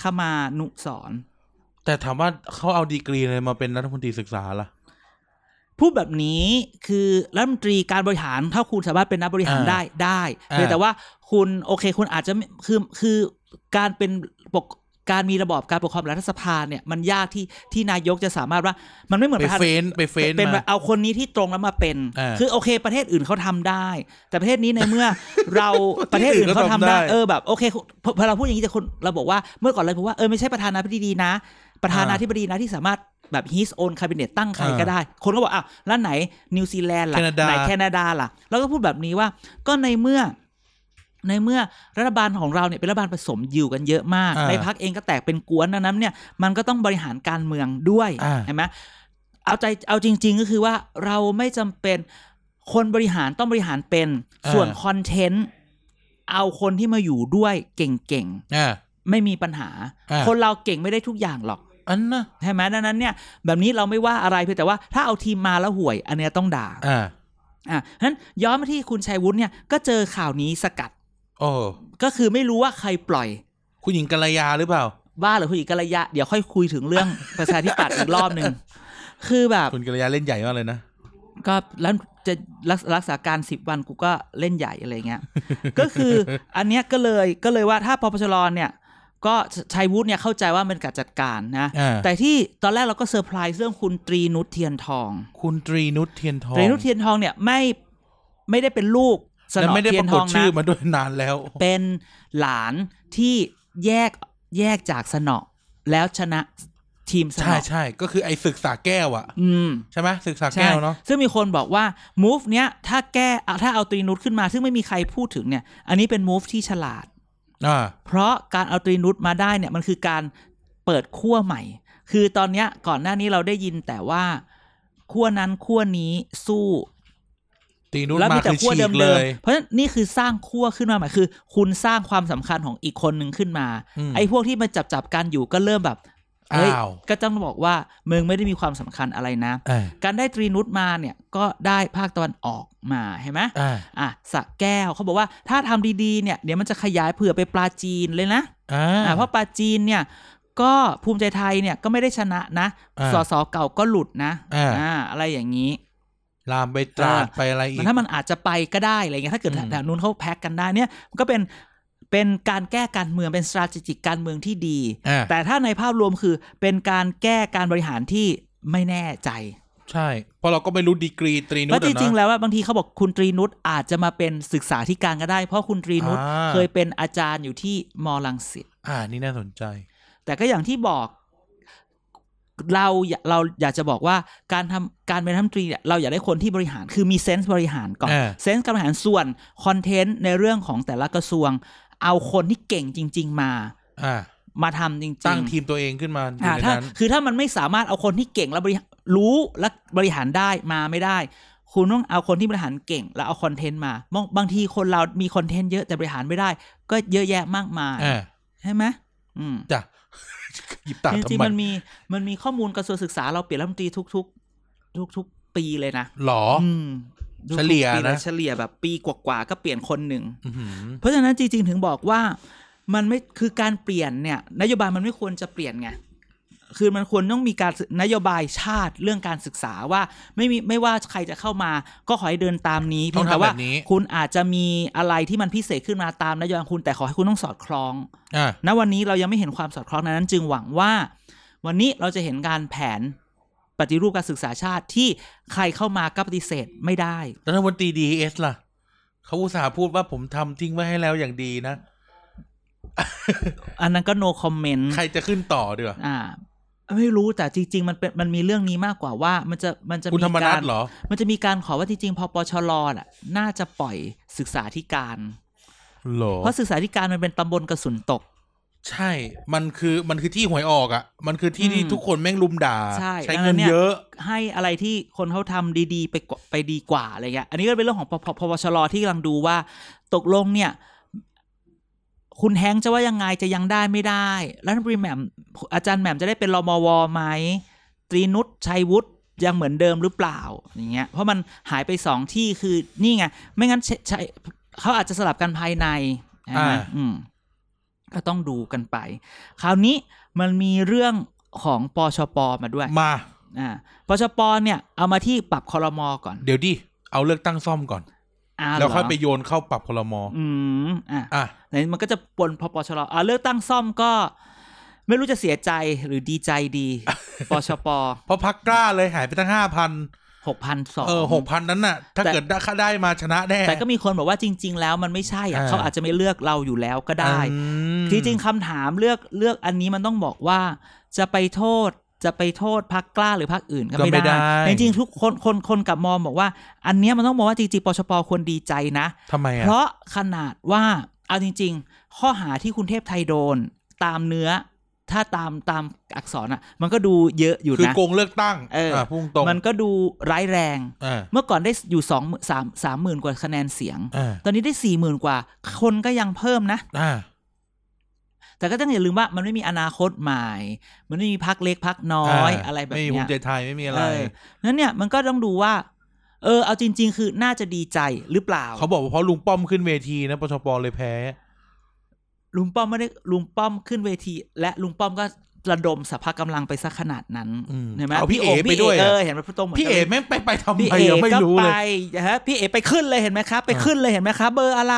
Speaker 2: แต่ถามว่าเขาเอาดีกรีอะไรมาเป็นรัฐมนตรีศึกษาล่ะ
Speaker 1: พูดแบบนี้คือรัฐมนตรีการบริหารถ้าคุณสามารถเป็นนักบริหารได้แต่ว่าคุณโอเคคุณอาจจะคือการเป็นการมีระบอบการปกครองรัฐสภาเนี่ยมันยากที่นายกจะสามารถว่ามันไม่เหมือน
Speaker 2: ไปเฟ้น
Speaker 1: เป็นเอาคนนี้ที่ตรงแล้วมาเป็นคือโอเคประเทศอื่นเขาทำได้แต่ประเทศนี้ในเมื่อเราประเทศอื่นเขาทำได้แบบโอเคพอเราพูดอย่างนี้แต่คนเราบอกว่าเมื่อก่อนเลยผมว่าไม่ใช่ประธานาธิบดีนะประธานาธิบดีนะที่สามารถแบบ his own cabinet ตั้งใครก็ได้คนก็บอกแล้วไหนนิวซีแลนด์ล่ะไหนแคนาดาล่ะแล้วก็พูดแบบนี้ว่าก็ในเมื่อรัฐบาลของเราเนี่ยเป็นรัฐบาลผสมอยู่กันเยอะมากในพรรคเองก็แตกเป็นกวนนั้นเนี่ยมันก็ต้องบริหารการเมืองด้วยเห็นไหมเอาจริงๆก็คือว่าเราไม่จำเป็นคนบริหารต้องบริหารเป็นส่วนคอนเทนต์เอาคนที่มาอยู่ด้วยเก่งๆไม่มีปัญหาคนเราเก่งไม่ได้ทุกอย่างหรอกใช่ไหมดังนั้นเนี่ยแบบนี้เราไม่ว่าอะไรเพียงแต่ว่าถ้าเอาทีมมาแล้วห่วยอันเนี้ยต้องด่าฉะนั้นย้อนมาที่คุณชัยวุฒิเนี่ยก็เจอข่าวนี้สกัด
Speaker 2: โอ้
Speaker 1: ก็คือไม่รู้ว่าใครปล่อย
Speaker 2: คุณหญิงกัลยาหรือเปล่า
Speaker 1: บ้าหรือคุณหญิงกัลยาเดี๋ยวค่อยคุยถึงเรื่อง ประชาธิปัตย์อีกรอบนึงคือแบบ
Speaker 2: คุณกัลยาเล่นใหญ่มากเลยนะ
Speaker 1: ก็แล้วจะรักษาการ10 วันกูก็เล่นใหญ่อะไรเงี้ย ก็คืออันเนี้ยก็เลยว่าถ้าปปชรเนี่ยก็ชัยวุฒิเนี่ยเข้าใจว่ามันการจัดการนะแต่ที่ตอนแรกเราก็เซอร์ไพรส์เรื่องคุณตรีนุชเทียนทอง
Speaker 2: คุณตรีนุชเทียนทอง
Speaker 1: ตรีนุชเทียนทองเนี่ยไม่ได้เป็นลูกสนอเทียนทองนะ
Speaker 2: ชื่อมาด้วยนานแล้ว
Speaker 1: เป็นหลานที่แยกจากสนอแล้วชนะทีมสนอ
Speaker 2: ใช่ก็คือไอ้ศึกษาแก้วอ่ะใช่ไหมศึกษาแก้วเนาะ
Speaker 1: ซึ่งมีคนบอกว่า move เนี้ยถ้าเอาตรีนุชขึ้นมาซึ่งไม่มีใครพูดถึงเนี่ยอันนี้เป็น move ที่ฉลาดเพราะการเอาตรีนุชมาได้เนี่ยมันคือการเปิดขั้วใหม่คือตอนเนี้ยก่อนหน้านี้เราได้ยินแต่ว่าขั้วนั้นขั้วนี้สู้
Speaker 2: ตรีนุชมาคือฉีกเลย
Speaker 1: เพราะฉะนั้นนี่คือสร้างขั้วขึ้นมาใหม่คือคุณสร้างความสำคัญของอีกคนหนึ่งขึ้นมาไอ้พวกที่มันจับกันอยู่ก็เริ่มแบบก็ต้องบอกว่ามึงไม่ได้มีความสำคัญอะไรนะการได้ตรีนุชมาเนี่ยก็ได้ภาคตะวันออกมาเห็นไหมสระแก้วเขาบอกว่าถ้าทำดีๆเนี่ยเดี๋ยวมันจะขยายเผื่อไปปลาจีนเลยนะเพราะปลาจีนเนี่ยก็ภูมิใจไทยเนี่ยก็ไม่ได้ชนะนะสสเก่าก็หลุดนะอะไรอย่างนี้
Speaker 2: ลามไปตราดไปอะไรอีก
Speaker 1: ถ้ามันอาจจะไปก็ได้อะไรเงี้ยถ้าเกิดแถวนู้นเขาแพ็กกันได้เนี่ยมันก็เป็นการแก้การเมืองเป็น strategic การเมืองที่ดีแต่ถ้าในภาพรวมคือเป็นการแก้การบริหารที่ไม่แน่ใจ
Speaker 2: ใช่เพราะเราก็ไม่รู้ดีกรีตรีนุช
Speaker 1: เพราะจริงๆแล้วว่าบางทีเขาบอกคุณตรีนุชอาจจะมาเป็นศึกษาธิการก็ได้เพราะคุณตรีนุชเคยเป็นอาจารย์อยู่ที่ม.รังสิต
Speaker 2: นี่น่าสนใจ
Speaker 1: แต่ก็อย่างที่บอกเราอยากจะบอกว่าการเป็นรัฐมนตรีเนี่ยเราอยากได้คนที่บริหารคือมีเซนส์บริหารก่อนเซนส์การบริหารส่วนคอนเทนต์ในเรื่องของแต่ละกระทรวงเอาคนที่เก่งจริงๆมาทำจริงๆ
Speaker 2: ตั้งทีมตัวเองขึ้นมา
Speaker 1: ถ้ามันไม่สามารถเอาคนที่เก่งและรู้และบริหารได้มาไม่ได้คุณต้องเอาคนที่บริหารเก่งแล้วเอาคอนเทนต์มาบางทีคนเรามีคอนเทนต์เยอะแต่บริหารไม่ได้ก็เยอะแยะมากมายใช่ไหม
Speaker 2: จ้ะ
Speaker 1: จริงๆมันมีข้อมูลกระทรวงศึกษาเราเปลี่ยนรัฐมนตรีทุกปีเลยนะ
Speaker 2: หรอเฉลี่ยนะ
Speaker 1: เฉลี่ยแบบปีกว่าๆก็เปลี่ยนคนหนึ่งเพราะฉะนั้นจริงๆถึงบอกว่ามันไม่คือการเปลี่ยนเนี่ยนโยบายมันไม่ควรจะเปลี่ยนไงคือมันควรต้องมีการนโยบายชาติเรื่องการศึกษาว่าไม่ว่าใครจะเข้ามาก็ขอให้เดินตามนี้เพียงแต่ว่าคุณอาจจะมีอะไรที่มันพิเศษขึ้นมาตามนโยบายคุณแต่ขอให้คุณต้องสอดคล้องณวันนี้เรายังไม่เห็นความสอดคล้องนั้นจึงหวังว่าวันนี้เราจะเห็นการแผนปฏิรูปการศึกษาชาติที่ใครเข้ามาก็ปฏิเสธไม่ได้
Speaker 2: รัฐมนตรี DES ล่ะเขาอุตส่าห์พูดว่าผมทำทิ้งไว้ให้แล้วอย่างดีนะ
Speaker 1: อันนั้นก็ no comment
Speaker 2: ใครจะขึ้นต่อดีกว่า
Speaker 1: ไม่รู้แต่จริงๆมันมีเรื่องนี้มากกว่าว่ามันจะ
Speaker 2: มีการ
Speaker 1: มันจะมีการขอว่าจริงๆพปชรน่าจะปล่อยศึกษาธิการเพราะศึกษาธิการมันเป็นตำบลกระสุนตก
Speaker 2: ใช่มันคือที่หวยออกอ่ะมันคือที่ทุกคนแม่งลุมด่าใช้เงินเยอะ
Speaker 1: ให้อะไรที่คนเขาทำดีๆไปดีกว่าอะไรเงี้ยอันนี้ก็เป็นเรื่องของพปชรที่กำลังดูว่าตกลงเนี่ยคุณแฮงจะว่ายังไงจะยังได้ไม่ได้รัฐมนตรีแหม่มอาจารย์แหม่มจะได้เป็นรมวไหมตรีนุชชัยวุฒิยังเหมือนเดิมหรือเปล่าอย่างเงี้ยเพราะมันหายไป2ที่คือนี่ไงไม่งั้นเขาอาจจะสลับกันภายในก็ต้องดูกันไปคราวนี้มันมีเรื่องของปชป.มาด้วยปชป.เนี่ยเอามาที่ปรับครม.ก่อน
Speaker 2: เดี๋ยวดิเอาเลือกตั้งซ่อมก่อนแล้วค่อยไปโยนเข้าปรับครม.
Speaker 1: ไหนมันก็จะปนพปชร.เลือกตั้งซ่อมก็ไม่รู้จะเสียใจหรือดีใจดีปชป.
Speaker 2: เพราะพรรคกล้าเลยหายไปตั้ง
Speaker 1: 6,200
Speaker 2: 6,000 นั้นน่ะถ้าเกิดได้มาชนะแน่
Speaker 1: แต่ก็มีคนบอกว่าจริงๆแล้วมันไม่ใช่เขาอาจจะไม่เลือกเราอยู่แล้วก็ได้จริงๆคำถามเลือกอันนี้มันต้องบอกว่าจะไปโทษพรรคกล้าหรือพรรคอื่นก็ไม่ได้จริงๆทุกคนกับมองบอกว่าอันนี้มันต้องบอกว่าจริงๆปชป.ควรดีใจนะ
Speaker 2: ทำไม
Speaker 1: เพราะขนาดว่าเอาจริงๆข้อหาที่คุณเทพไทยโดนตามเนื้อถ้าตามอักษรมันก็ดูเยอะอยู่นะ
Speaker 2: คือโกงเลือกตั้งพุ่งตรง
Speaker 1: มันก็ดูร้ายแรงเมื่อก่อนได้อยู่30,000 กว่าคะแนนเสียงตอนนี้ได้ 40,000 กว่าคนก็ยังเพิ่มนะแต่ก็ต้องอย่าลืมว่ามันไม่มีอนาคตใหม่มันไม่มีพรรคเล็กพรรคน้อยอะไรแบบนี้
Speaker 2: ไม่มีภูมิใจไทยไม่มีอะไร
Speaker 1: นั้นเนี่ยมันก็ต้องดูว่าเอาจริงๆคือน่าจะดีใจหรือเปล่า
Speaker 2: เขาบอกว่าเพราะลุงป้อมขึ้นเวทีนะปชปเลยแพ้
Speaker 1: ลุงป้อมไม่ได้ลุงป้อมขึ้นเวทีและลุงป้อมก็ระดมสภากำลังไปสักขนาดนั้นเห็นไหม
Speaker 2: เอาพี่เอไปด้วย
Speaker 1: เห็นไหมพี่ตรง
Speaker 2: พี่เอแม่งไปทำไมยังไม่รู้เลย
Speaker 1: พี่เอไปขึ้นเลยเห็นไหมครับไปขึ้นเลยเห็นไหมครับเบอร์อะไร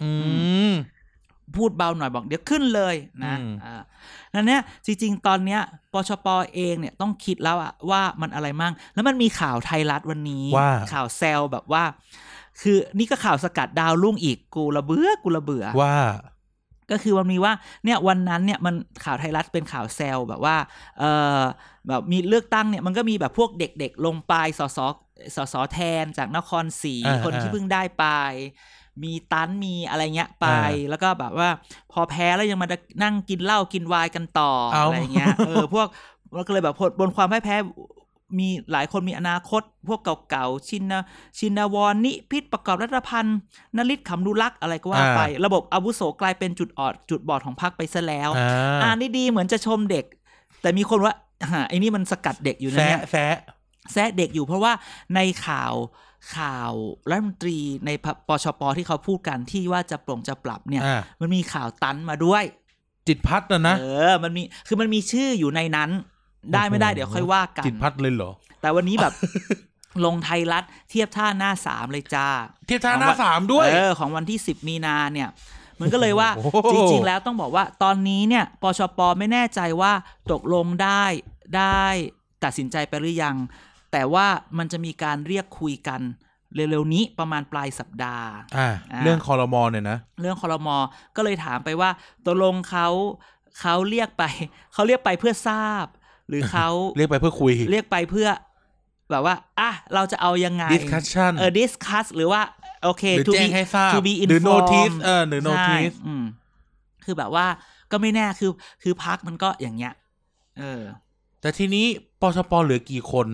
Speaker 1: พูดเบาหน่อยบอกเดี๋ยวขึ้นเลยนะนั่นเนี่ยจริงๆตอนเนี้ยปชปเองเนี่ยต้องคิดแล้วอะว่ามันอะไรมั่งแล้วมันมีข่าวไทยรัฐวันนี้ข่าวแซลแบบว่าคือนี่ก็ข่าวสกัดดาวรุ่งอีกกูระเบื่อ
Speaker 2: ว่า
Speaker 1: ก็คือมันมีว่าเนี่ยวันนั้นเนี่ยมันข่าวไทยรัฐเป็นข่าวแซลแบบว่าแบบมีเลือกตั้งเนี่ยมันก็มีแบบพวกเด็กๆลงไปสสแทนจากนครศรีคนที่เพิ่งได้ไปมีตันมีอะไรเงี้ยไปแล้วก็แบบว่าพอแพ้แล้วยังมานั่งกินเหล้ากินไวน์กันต่ออะไรเงี้ยพวกมันก็เลยแบบบนความพ่ายแพ้มีหลายคนมีอนาคตพวกเก่าๆชินวรนิพิษประกอบรัฐพันธ์นฤทธิ์ขำนุรักษ์อะไรก็ว่าไประบบอาวุโสกลายเป็นจุดบอดของพรรคไปซะแล้วนี่ดีเหมือนจะชมเด็กแต่มีคนว่าไอ้นี่มันสกัดเด็กอยู่นะเนี่ยแซะเด็กอยู่เพราะว่าในข่าวรัฐมนตรีในปชปที่เขาพูดกันที่ว่าจะปรับเนี่ยมันมีข่าวตันมาด้วย
Speaker 2: จิตพัฒน์นะ
Speaker 1: มันมีชื่ออยู่ในนั้นได้ไม่ได้เดี๋ยวค่อยว่ากัน
Speaker 2: จิตพัฒน์เลยเหรอ
Speaker 1: แต่วันนี้แบบ ลงไทยรัฐเทียบท่าหน้า3เลยจ้า
Speaker 2: เทียบท่าหน้า3ด้วย
Speaker 1: ของวันที่10มีนาเนี่ยมันก็เลยว่า จริงๆแล้วต้องบอกว่าตอนนี้เนี่ยปชปไม่แน่ใจว่าตกลงได้ตัดสินใจไปหรือยังแต่ว่ามันจะมีการเรียกคุยกันเร็วๆนี้ประมาณปลายสัปดาห์
Speaker 2: เรื่องครม.เนี่ยนะ
Speaker 1: เรื่องครม.ก็เลยถามไปว่าตกลงเขาเรียกไปเพื่อทราบหรือเขา
Speaker 2: เรียกไปเพื่อคุย
Speaker 1: เรียกไปเพื่อแบบว่าเราจะเอายังไง
Speaker 2: discussion
Speaker 1: discuss หรือว่าโอเค
Speaker 2: to be informed หรือ notice หรือ notice
Speaker 1: คือแบบว่าก็ไม่แน่คือพรรคมันก็อย่างเงี้ย
Speaker 2: แต่ทีนี้ปชปเหลือกี่คน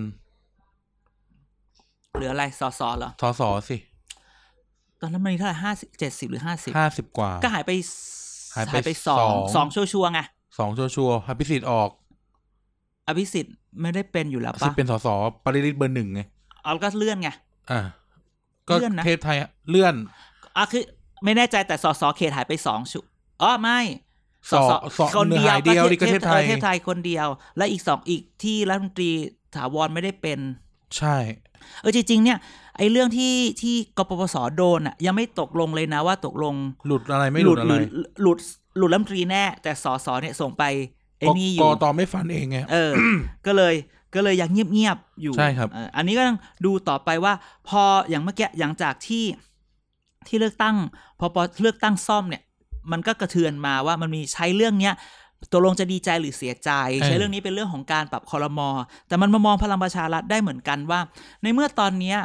Speaker 1: เหลืออะไรสสเหรอ
Speaker 2: สสสิ
Speaker 1: ตอนนั้นมันมีเท่าไหร่70หรือ
Speaker 2: 50กว่า
Speaker 1: ก็หายไป2ชัวร์ไง
Speaker 2: 2ชัวร์อภิสิทธิ์ออก
Speaker 1: อภิสิทธิ์ไม่ได้เป็นอยู่แล้ว
Speaker 2: ป่ะเป็นสสปริริษฐ์เบอร์1ไง
Speaker 1: ก็เลื่อนไง
Speaker 2: ก็เทพไทยเลื่อน
Speaker 1: คือไม่แน่ใจแต่สสเขตหายไป2ชุไม่
Speaker 2: สสคนเดียวก็เทพไทย
Speaker 1: คนเดียวและอีกที่รัฐมนตรีถาวรไม่ได้เป็น
Speaker 2: ใช่
Speaker 1: จริงๆเนี่ยไอ้เรื่องที่กปปสโดนยังไม่ตกลงเลยนะว่าตกลง
Speaker 2: หลุดอะไรไม่หลุดอะไร
Speaker 1: หลุดรัฐมนตรีแน่แต่สสเนี่ยส่งไปไอ้นี่อยู่
Speaker 2: กตไม่ฟันเองไง
Speaker 1: ก็เลยยังเงียบๆอยู่
Speaker 2: ใช่ครับ
Speaker 1: อันนี้ก็ต้องดูต่อไปว่าพออย่างเมื่อกี้อย่างจากที่เลือกตั้งพอเลือกตั้งซ่อมเนี่ยมันก็กระเทือนมาว่ามันมีใช้เรื่องเนี้ยตกลงจะดีใจหรือเสียใจใช้เรื่องนี้เป็นเรื่องของการปรับครม.แต่มันมามองพลังประชารัฐได้เหมือนกันว่าในเมื่อตอนนี้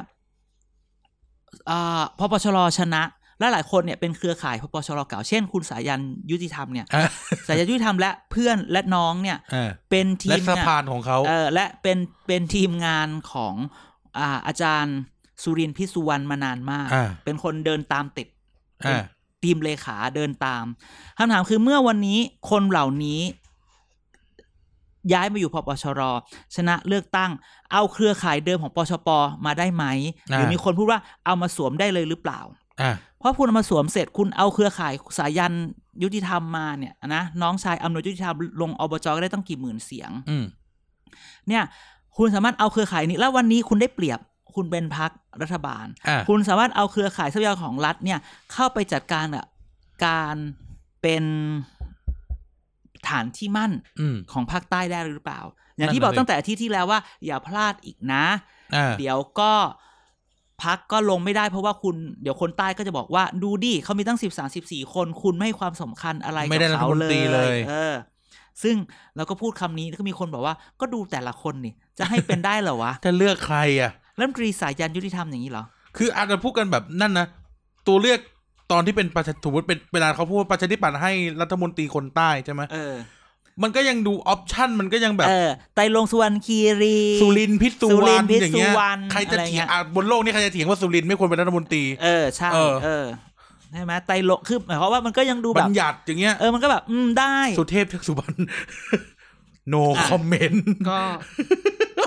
Speaker 1: พปชรชนะและหลายคนเนี่ยเป็นเครือข่ายพปชรเก่าเช่นคุณสายันยุติธรรมเนี่ยสายันยุติธรรมและเพื่อนและน้องเนี่ยเป็นทีม
Speaker 2: และสะพานของเขา
Speaker 1: และเป็นทีมงานของอาจารย์สุรินทร์พิสุวรรณมานานมากเป็นคนเดินตามติดทีมเลขาเดินตามคำถามคือเมื่อวันนี้คนเหล่านี้ย้ายมาอยู่พปชรชนะเลือกตั้งเอาเครือข่ายเดิมของปชปมาได้ไหมหรือมีคนพูดว่าเอามาสวมได้เลยหรือเปล่าเพราะคุณเอามาสวมเสร็จคุณเอาเครือข่ายสายันยุติธรรมมาเนี่ยนะน้องชายอำนวยยุติธรรมลงอบจก็ได้ตั้งกี่หมื่นเสียงเนี่ยคุณสามารถเอาเครือข่ายนี้แล้ววันนี้คุณได้เปรียบคุณเป็นพรรครัฐบาลคุณสามารถเอาเครือข่ายทรัพยากรของรัฐเนี่ยเข้าไปจัดการการเป็นฐานที่มั่นของภาคใต้ได้หรือเปล่าอย่างที่บอกตั้งแต่อาทิตย์ที่แล้วว่าอย่าพลาดอีกนะเดี๋ยวก็พรรคก็ลงไม่ได้เพราะว่าคุณเดี๋ยวคนใต้ก็จะบอกว่าดูดิเขามีตั้ง13-14คนคุณไม่ให้ความสำคัญอะไรกับเขาเลยซึ่งเราก็พูดคำนี้แล้วก็มีคนบอกว่าก็ดูแต่ละคนนี่จะให้เป็นได้เหรอวะ
Speaker 2: จะเลือกใคร
Speaker 1: รัฐมนตรีสายันยุติธรรมอย่างนี้เหรอ
Speaker 2: คืออาจจะพูดกันแบบนั่นนะตัวเลือกตอนที่เป็นสมมติเป็นเวลาเขาพูดว่าประชาธิปัตย์ให้รัฐมนตรีคนใต้ใช่ไหมมันก็ยังดูออปชั่นมันก็ยังแบบ
Speaker 1: ไตรรงค์สุวรรณคีรี
Speaker 2: สุรินทร์พิสุวรรณอย่างเงี้ยใครจะเถียงบนโลกนี้ใครจะเถียงว่าสุรินทร์ไม่ควรเป็นรัฐมนตรี
Speaker 1: ใช่ใช่ไหมไตรรงค์คือหมายความว่ามันก็ยังดูแบบ
Speaker 2: บัญญัติอย่างเงี้ย
Speaker 1: มันก็แบบได้
Speaker 2: สุเทพเทือกสุบรรณ no comment
Speaker 1: ก็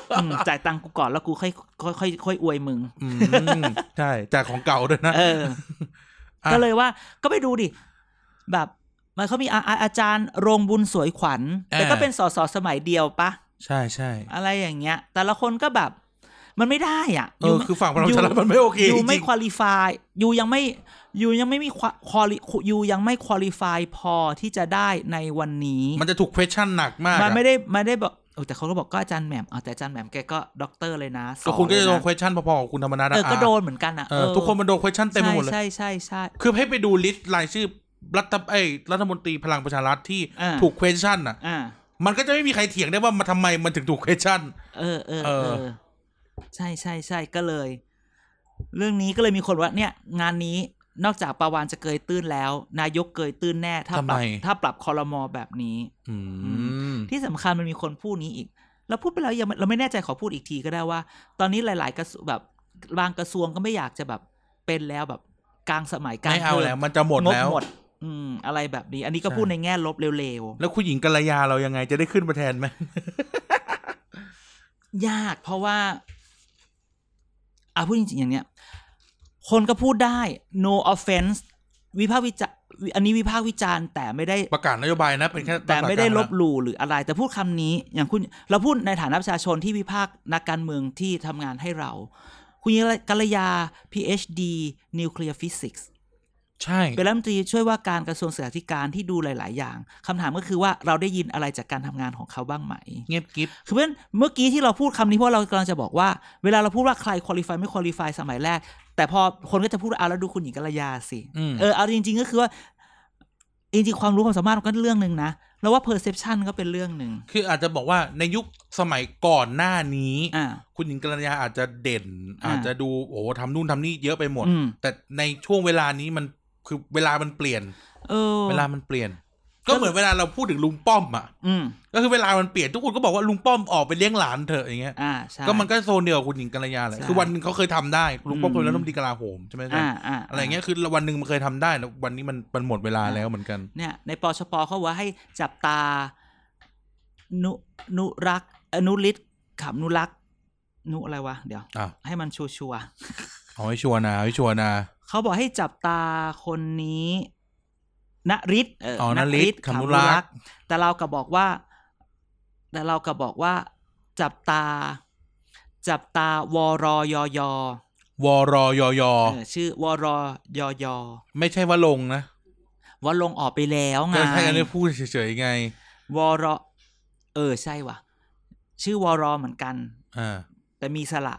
Speaker 1: จ่ายตังค์กูก่อนแล้วกูค่อยอวยมึง
Speaker 2: ใช่จากของเก่าด้วยนะ
Speaker 1: ก็เลยว่าก็ไปดูดิแบบมันเขามีอาจารย์โรงบุญสวยขวัญแต่ก็เป็นสสสมัยเดียวปะ
Speaker 2: ใช่ใช่
Speaker 1: อะไรอย่างเงี้ยแต่ละคนก็แบบมันไม่ได้อ่ะ
Speaker 2: คือฝั่งพลังประชารัฐมันไม่โอเค
Speaker 1: อยู่ไม่ควอลิฟายอยู่ยังไม่มีอยู่ยังไม่ควอลิฟายพอที่จะได้ในวันนี้
Speaker 2: มันจะถูก question หนักมาก
Speaker 1: มันไม่ได้บอกแต่เขาก็บอกก็อาจารย์แหม่มแต่อาจารย์แหม่มแกก็ด็อกเตอร์เลยนะ
Speaker 2: ก็คุณก็จะโดน question พอๆกับคุณธรรมนัส
Speaker 1: ก็โดนเหมือนกันอ่ะ
Speaker 2: ทุกคนมันโดน question เต็มไปหมดเลย
Speaker 1: ใช่
Speaker 2: คือให้ไปดูลิสต์รายชื่อรัฐมนตรีพลังประชารัฐที่ถูก question อ่ะมันก็จะไม่มีใครเถียงได้ว่ามาทำไมมันถึงถูก question
Speaker 1: ใช่ก็เลยเรื่องนี้ก็เลยมีคนว่าเนี่ยงานนี้นอกจากปาวานจะเกยตื้นแล้วนายกเกยตื้นแน่ถ้าปรับครม.แบบนี้ที่สำคัญมันมีคนพูดนี้อีกเราพูดไปแล้วเราไม่แน่ใจขอพูดอีกทีก็ได้ว่าตอนนี้หลายๆกระทรวงแบบบางกระทรวงก็ไม่อยากจะแบบเป็นแล้วแบบกลางสมัยการ
Speaker 2: ไม่เอาแล้วมันจะหมดแล้ว
Speaker 1: อะไรแบบนี้อันนี้ก็พูดในแง่ลบเร็ว
Speaker 2: ๆแล้วคุณหญิงกัลยาเรายังไงจะได้ขึ้นมาแทนไหม
Speaker 1: ยากเพราะว่าพูดจริงๆอย่างเนี้ยคนก็พูดได้ no offense วิพากษ์วิจารณ์อันนี้วิพากษ์วิจารณ์แต่ไม่ได้
Speaker 2: ประกาศนโยบายนะเป็นแค่
Speaker 1: แต่ไม่ได้ลบหลู่หรืออะไรแต่พูดคำนี้อย่างคุณเราพูดในฐานะประชาชนที่วิพากษ์นักการเมืองที่ทำงานให้เราคุณกัลยา PhD Nuclear Physics
Speaker 2: ใช่
Speaker 1: เป็นรัฐมนตรีช่วยว่าการกระทรวงศึกษาธิการที่ดูหลายๆอย่างคำถามก็คือว่าเราได้ยินอะไรจากการทำงานของเขาบ้างไหม
Speaker 2: เงียบกิ๊บ
Speaker 1: คือเมื่อกี้ที่เราพูดคำนี้เพราะเรากำลังจะบอกว่าเวลาเราพูดว่าใครควอลิฟายไม่ควอลิฟายสมัยแรกแต่พอคนก็จะพูดแล้วดูคุณหญิงกัลยาสิเอาจริงๆก็คือว่าจริงๆความรู้ความสามารถมันก็เรื่องนึงนะแล้วว่า perception ก็เป็นเรื่องนึง
Speaker 2: คืออาจจะบอกว่าในยุคสมัยก่อนหน้านี้คุณหญิงกัลยาอาจจะเด่นอาจจะดูทำนู่นทำนี่เยอะไปหมดแต่ในช่วงเวลานี้มันคือเวลามันเปลี่ยนเวลามันเปลี่ยนก็เหมือนเวลาเราพูดถึงลุงป้อมอ่ะก็คือเวลามันเปลี่ยนทุกคนก็บอกว่าลุงป้อมออกไปเลี้ยงหลานเถอะอย่างเงี้ยก็มันก็โซนเดียวกับคุณหญิงกัลยาแหละคือวันนึงเขาเคยทำได้ลุงป้อมเคยเป็นรัฐมนตรีกลาโหมใช่ไหมครับอะไรเงี้ยคือวันนึงมันเคยทำได้แล้ววันนี้มันหมดเวลาแล้วเหมือนกัน
Speaker 1: เนี่ยในปชป.เขาว่าให้จับตานุรักนุฤทธิ์ขำนุรักนุอะไรวะเดี๋ยวให้มันชัวร์
Speaker 2: เอาให้ชัวร์นะให้ชัวร์นะ
Speaker 1: เขาบอกให้จับตาคนนี้ณฤทธิ์
Speaker 2: ณฤทธิ์ขำนุรัก
Speaker 1: แต่เราก็บอกว่าจับตาวรยยว
Speaker 2: รยย
Speaker 1: ชื่อวรยย
Speaker 2: ไม่ใช่ว่าลงนะ
Speaker 1: ว่าลงออกไปแล้วไง
Speaker 2: ก็ใช่กันเลยพูดเฉยๆไง
Speaker 1: วรใช่ว่ะชื่อวรเหมือนกันแต่มีสระ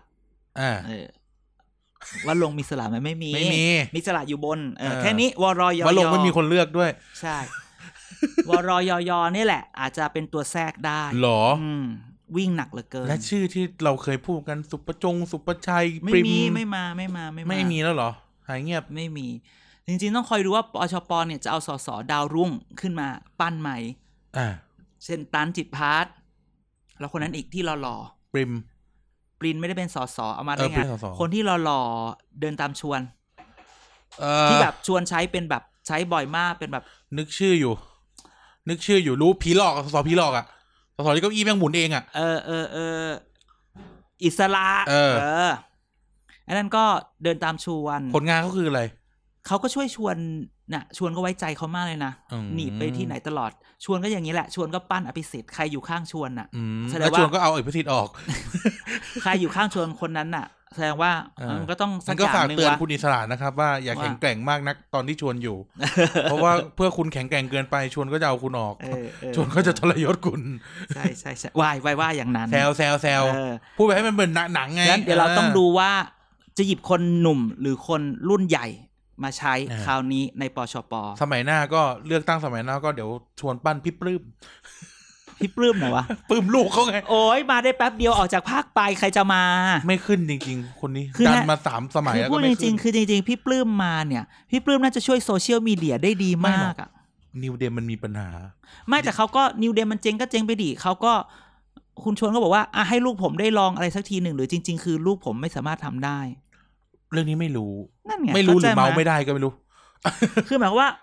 Speaker 1: ว่าลงมีสระไม่มีสระอยู่บนแค่นี้วรยย
Speaker 2: ว่าลงไม่มีคนเลือกด้วย
Speaker 1: ใช่วรยยนี่แหละอาจจะเป็นตัวแทรกได้
Speaker 2: หรอ
Speaker 1: วิ่งหนักเหลือเกิน
Speaker 2: และชื่อที่เราเคยพูดกันสุปชัย
Speaker 1: ไม่มา
Speaker 2: ไม่มีแล้วเหรอหายเงียบ
Speaker 1: ไม่มีจริงๆต้องคอยดูว่าปชป.เนี่ยจะเอาสสดาวรุ่งขึ้นมาปั้นใหม่เช่นตันจิตพัฒน์แล้วคนนั้นอีกที่หล่อ
Speaker 2: ปริน
Speaker 1: ไม่ได้เป็นสสเอามาได้ไงคนที่หล่อเดินตามชวนที่แบบชวนใช้เป็นแบบใช้บ่อยมากเป็นแบบ
Speaker 2: นึกชื่ออยู่รู้ผีหลอกสสผีหลอกอ่ะสสที่เก้าอี้แม่งหมุนเองอ่ะ
Speaker 1: อิสระอันนั้นก็เดินตามชวน
Speaker 2: ผลงานเขาคืออะไร
Speaker 1: เขาก็ช่วยชวนน่ะชวนก็ไว้ใจเขามากเลยนะหนีไปที่ไหนตลอดชวนก็อย่างนี้แหละชวนก็ปั้นอภิสิทธิ์ใครอยู่ข้างชวนน่ะ
Speaker 2: แสดงว่าชวนก็เอาอภิสิทธิ์ออก
Speaker 1: ใครอยู่ข้างชวนคนนั้นน่ะแสดงว่ามันก็ต้อง
Speaker 2: สักอย่างนึงว่าฝากเตือนคุณอิสระนะครับว่าอย่าแข็งแกร่งมากนักตอนที่ชวนอยู่เพราะว่าเพื่อคุณแข็งแกร่งเกินไปชวนก็จะเอาคุณออกชวนก็จะทรยศคุณ
Speaker 1: ใช่ว่าอย่างนั้น
Speaker 2: แซวพูดไปให้มันเหมือนหนังไง
Speaker 1: งั้นเดี๋ยวเราต้องดูว่าจะหยิบคนหนุ่มหรือคนรุ่นใหญ่มาใช้คราวนี้ในปชป.
Speaker 2: สมัยหน้าก็เลือกตั้งสมัยหน้าก็เดี๋ยวชวนปั้นพี่ปลื้ม
Speaker 1: ไหนวะ
Speaker 2: ปลื้มลูกเขาไง
Speaker 1: โอ้ยมาได้แป๊บเดียวออกจากภาคไปใครจะมา
Speaker 2: ไม่ขึ้นจริงๆคนนี้ดันมา3สมัยแล้วก็ไม่ขึ้น
Speaker 1: คือจริงพี่ปลื้มมาเนี่ยพี่ปลื้มน่าจะช่วยโซเชียลมีเดียได้ดีมากอ่ะ
Speaker 2: นิวเดมมันมีปัญหา
Speaker 1: ไม่แต่เขาก็นิวเดมมันเจ๊งก็เจ๊งไปดิเขาก็คุณชวนก็บอกว่าให้ลูกผมได้ลองอะไรสักทีหนึ่งหรือจริงๆคือลูกผมไม่สามารถทำได้
Speaker 2: เรื่องนี้ไม่รู้ไม่รู้หรือเมาไม่ได้ก็ไม่รู้
Speaker 1: คือหมายว่า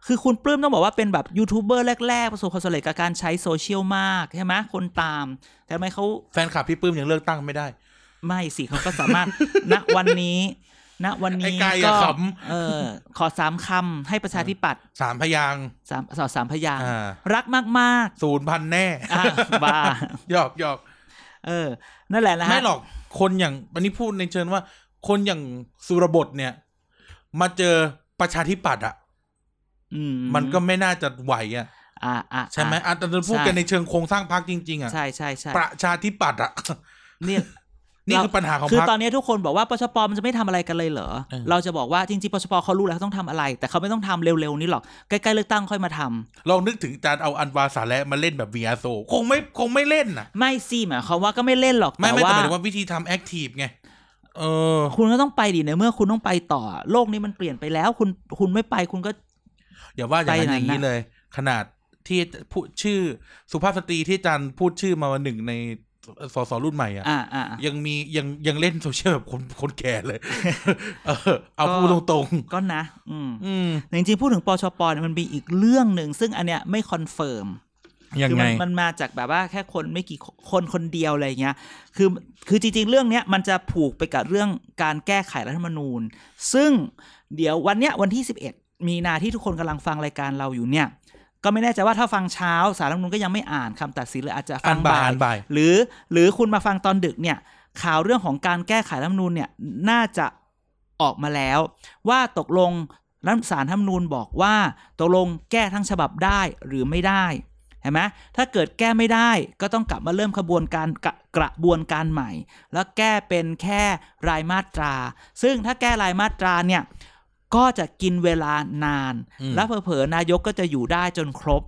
Speaker 1: คือคุณปลื้มต้องบอกว่าเป็นแบบยูทูบเบอร์แรกๆประสบความสำเร็จกับการใช้โซเชียลมากใช่ไหมคนตามแต่ทำไมเขา
Speaker 2: แฟนคลับพี่ปลื้มยังเลือกตั้งไม่ได้
Speaker 1: ไม่สิเขาก็สามารถ ณวันนี้
Speaker 2: ไอ้กายอะขำ
Speaker 1: ขอ3 คำให้ประชาธิปัตย์
Speaker 2: 3 พยางค์
Speaker 1: 3 พยางค์
Speaker 2: อ่า
Speaker 1: รักมาก
Speaker 2: 0,000 แน่
Speaker 1: ๆบ้า
Speaker 2: หยอก
Speaker 1: นั่นแหละนะฮะ
Speaker 2: ไม่หรอกคนอย่างวันนี้พูดในเชิงว่าคนอย่างสุรบทเนี่ยมาเจอประชาธิปัตย์อ่ะมันก็ไม่น่าจะไหวอ่ะใช่ไหมแต่เราพูดกันในเชิงโครงสร้างพรรคจริงๆอ่ะ
Speaker 1: ใช่
Speaker 2: ประชาธิปัตย์อ่ะนี่คือปัญหาของพรรค
Speaker 1: คือตอนนี้ทุกคนบอกว่าปชป.มันจะไม่ทำอะไรกันเลยเหรอเราจะบอกว่าจริงๆปชป.เขารู้แล้วต้องทำอะไรแต่เขาไม่ต้องทำเร็วๆนี้หรอกใกล้ๆเลือกตั้งค่อยมาทำ
Speaker 2: ลองนึกถึงการเอาอันวาสาและมาเล่นแบบ VR โซคงไม่เล่นน่ะ
Speaker 1: ไม่สิหมายความว่าก็ไม่เล่นหรอก
Speaker 2: ไม่แต่หมายถึงว่าวิธีทำแอคทีฟไง
Speaker 1: คุณก็ต้องไปดิในเมื่อคุณต้องไปต่อโลกนี้มันเปลี่ยนไปแล้วคุณไม่ไปคุณก็
Speaker 2: อย่าว่าอย่างนี้เลยขนาดที่พูดชื่อสุภาพสตรีที่จันพูดชื่อมาวันหนึ่งในสสรุ่นใหม่อ่ะยังเล่นโซเชียลแบบคนแก่เลย เอาพูดตรง
Speaker 1: ๆก็นะจริงๆพูดถึงปชป.เนี่ยมันมีอีกเรื่องหนึ่งซึ่งอันเนี้ยไม่คอนเฟิร์ม
Speaker 2: ยังไง
Speaker 1: มันมาจากแบบว่าแค่คนไม่กี่คนเดียวอะไรเงี้ยคือจริงๆเรื่องเนี้ยมันจะผูกไปกับเรื่องการแก้ไขรัฐธรรมนูญซึ่งเดี๋ยววันเนี้ยวันที่11 มีนาที่ทุกคนกำลังฟังรายการเราอยู่เนี่ยก็ไม่แน่ใจว่าถ้าฟังเช้าศาลรัฐธรรมนูญก็ยังไม่อ่านคำตัดสินหรืออาจจะฟังบ่ายหรือคุณมาฟังตอนดึกเนี่ยข่าวเรื่องของการแก้ไขรัฐธรรมนูญเนี่ยน่าจะออกมาแล้วว่าตกลงศาลรัฐธรรมนูญบอกว่าตกลงแก้ทั้งฉบับได้หรือไม่ได้เห็นไหมถ้าเกิดแก้ไม่ได้ก็ต้องกลับมาเริ่มกระบวนการใหม่แล้วแก้เป็นแค่รายมาตราซึ่งถ้าแก้รายมาตราเนี่ยก็จะกินเวลานานและเผลอๆนายกก็จะอยู่ได้จนครบ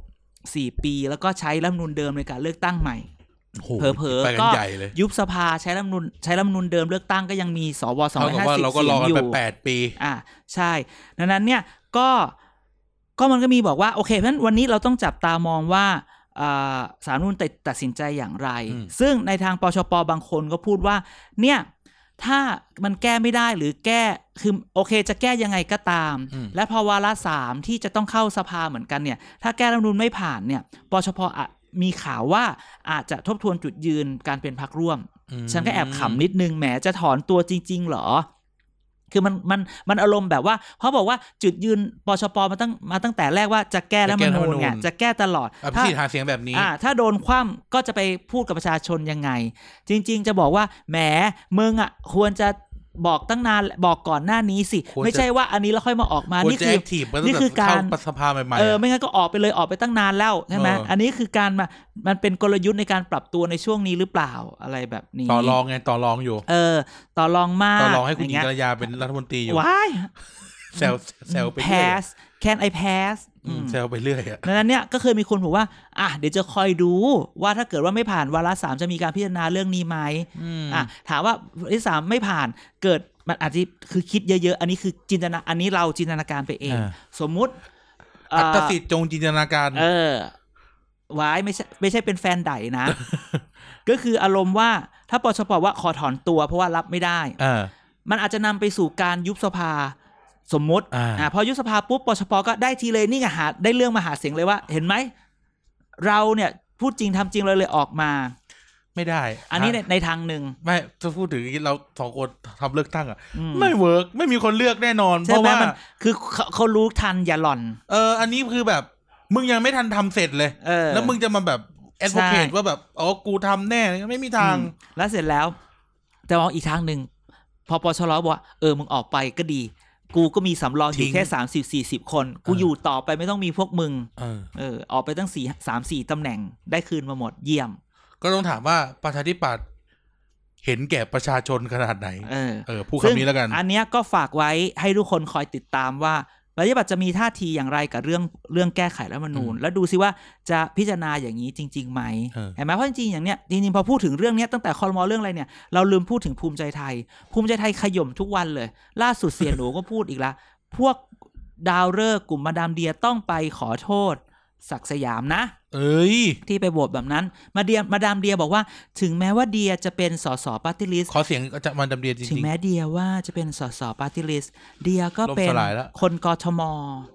Speaker 1: 4 ปีแล้วก็ใช้รัฐธรรมนูญเดิมในการเลือกตั้งใหม่เผลอๆก็ยุบสภาใช้รัฐธรรมนูญเดิมเลือกตั้งก็ยังมีสว250 เสียงอยู่
Speaker 2: 8 ปี
Speaker 1: ใช่ดังนั้นเนี่ยก็มันก็มีบอกว่าโอเคเพราะฉะนั้นวันนี้เราต้องจับตามองว่าศาลรัฐธรรมนูญตัดสินใจอย่างไรซึ่งในทางปชป.บางคนก็พูดว่าเนี่ยถ้ามันแก้ไม่ได้หรือแก้คือโอเคจะแก้ยังไงก็ตามและพอวาระ3ที่จะต้องเข้าสภาเหมือนกันเนี่ยถ้าแก้รัฐธรรมนูญไม่ผ่านเนี่ยปชป.มีข่าวว่าอาจจะทบทวนจุดยืนการเป็นพรรคร่วมฉันก็แอบขำนิดนึงแหมจะถอนตัวจริงๆเหรอคือมันอารมณ์แบบว่าเขาบอกว่าจุดยืนปชป.มาตั้งแต่แรกว่าจะแก้รัฐธรรมนูญเนี่ยจะแก้ตลอด
Speaker 2: ถ้าหาเสียงแบบนี้
Speaker 1: ถ้าโดนคว่ำก็จะไปพูดกับประชาชนยังไงจริงๆจะบอกว่าแหมมึงควรจะบอกตั้งนานบอกก่อนหน้านี้สิไม่ใช่ว่าอันนี้แล้วค่อยมาออกมานี่คือการ
Speaker 2: สภาใหม่
Speaker 1: ๆไม่งั้นก็ออกไปเลยออกไปตั้งนานแล้วใช่ไหมอันนี้คือการมันเป็นกลยุทธ์ในการปรับตัวในช่วงนี้หรือเปล่าอะไรแบบนี้
Speaker 2: ต่อรองไงต่อรองอยู่
Speaker 1: ต่อรองมาก
Speaker 2: ต่อรองให้คุณหญิงกัลยาเป็นรัฐมนตรีอยู่
Speaker 1: ว้าย
Speaker 2: แซวไปเรื่อย
Speaker 1: Can I pass
Speaker 2: แซวไปเรื่อย
Speaker 1: ดังนั้นเนี่ยก็เคยมีคนบอกว่าเดี๋ยวจะคอยดูว่าถ้าเกิดว่าไม่ผ่านวาระ3จะมีการพิจารณาเรื่องนี้ไหมถามว่าวาระ3ไม่ผ่านเกิดมันอาจจะคือคิดเยอะๆอันนี้คืออันนี้เราจินตนาการไปเองสมมุติ
Speaker 2: อัตสิทธิ์จงจินตนาการ
Speaker 1: ไว้ไม่ใช่เป็นแฟนไดนะ ก็คืออารมณ์ว่าถ้าปชป.ว่าขอถอนตัวเพราะว่ารับไม่ได้มันอาจจะนำไปสู่การยุบสภาสมมติพอยุบสภาปุ๊บปชป.ก็ได้ทีเลยนี่ไงได้เรื่องมาหาเสียงเลยว่าเห็นไหมเราเนี่ยพูดจริงทำจริงเลยออกมา
Speaker 2: ไม่ได้
Speaker 1: อันนี้ในทางหนึ่ง
Speaker 2: ไม่จะพูดถึงเรา2 คนทำเลือกตั้งไม่เวิร์กไม่มีคนเลือกแน่นอนเพราะว่า
Speaker 1: คือเขารู้ทันอย่าหล่อน
Speaker 2: อันนี้คือแบบมึงยังไม่ทันทำเสร็จเลยแล้วมึงจะมาแบบแอดโวเคทว่าแบบกูทำแน่ไม่มีทาง
Speaker 1: แล้วเสร็จแล้วแต่ว่าอีกทางหนึ่งพอปชร.บอกว่ามึงออกไปก็ดีกูก็มีสำรองอยู่แค่30-40 คนกูอยู่ต่อไปไม่ต้องมีพวกมึงออกไปตั้ง3-4 ตำแหน่งได้คืนมาหมดเยี่ยม
Speaker 2: ก็ต้องถามว่าประชาธิปัตย์เห็นแก่ประชาชนขนาดไหนพูดคำนี้แล้วกัน
Speaker 1: อันนี้ก็ฝากไว้ให้ทุกคนคอยติดตามว่าประชาธิปัตย์จะมีท่าทีอย่างไรกับเรื่องแก้ไขรัฐธรรมนูญแล้วดูซิว่าจะพิจารณาอย่างนี้จริงๆไหมเห็นไหมเพราะจริงๆอย่างเนี้ยจริงๆพอพูดถึงเรื่องนี้ตั้งแต่ครม.เรื่องอะไรเนี่ยเราลืมพูดถึงภูมิใจไทยขย่มทุกวันเลยล่าสุดเสียหนูก็พูดอีกละพวกดาวฤกษ์กลุ่มมาดามเดียต้องไปขอโทษศักดิ์สยามนะที่ไปโหวตแบบนั้นมาดามเดียบอกว่าถึงแม้ว่าเดียจะเป็นสสปาร์ตี้ลิสต์
Speaker 2: ขอเสียงจะมาดามเดียจริงๆ
Speaker 1: ถึงแม้เดียว่าจะเป็นสสปาร์ตี้ลิสต์เดียก็เป็นคนกทม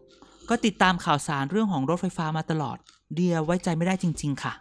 Speaker 1: ก็ติดตามข่าวสารเรื่องของรถไฟฟ้ามาตลอดเดียไว้ใจไม่ได้จริงๆค่ะ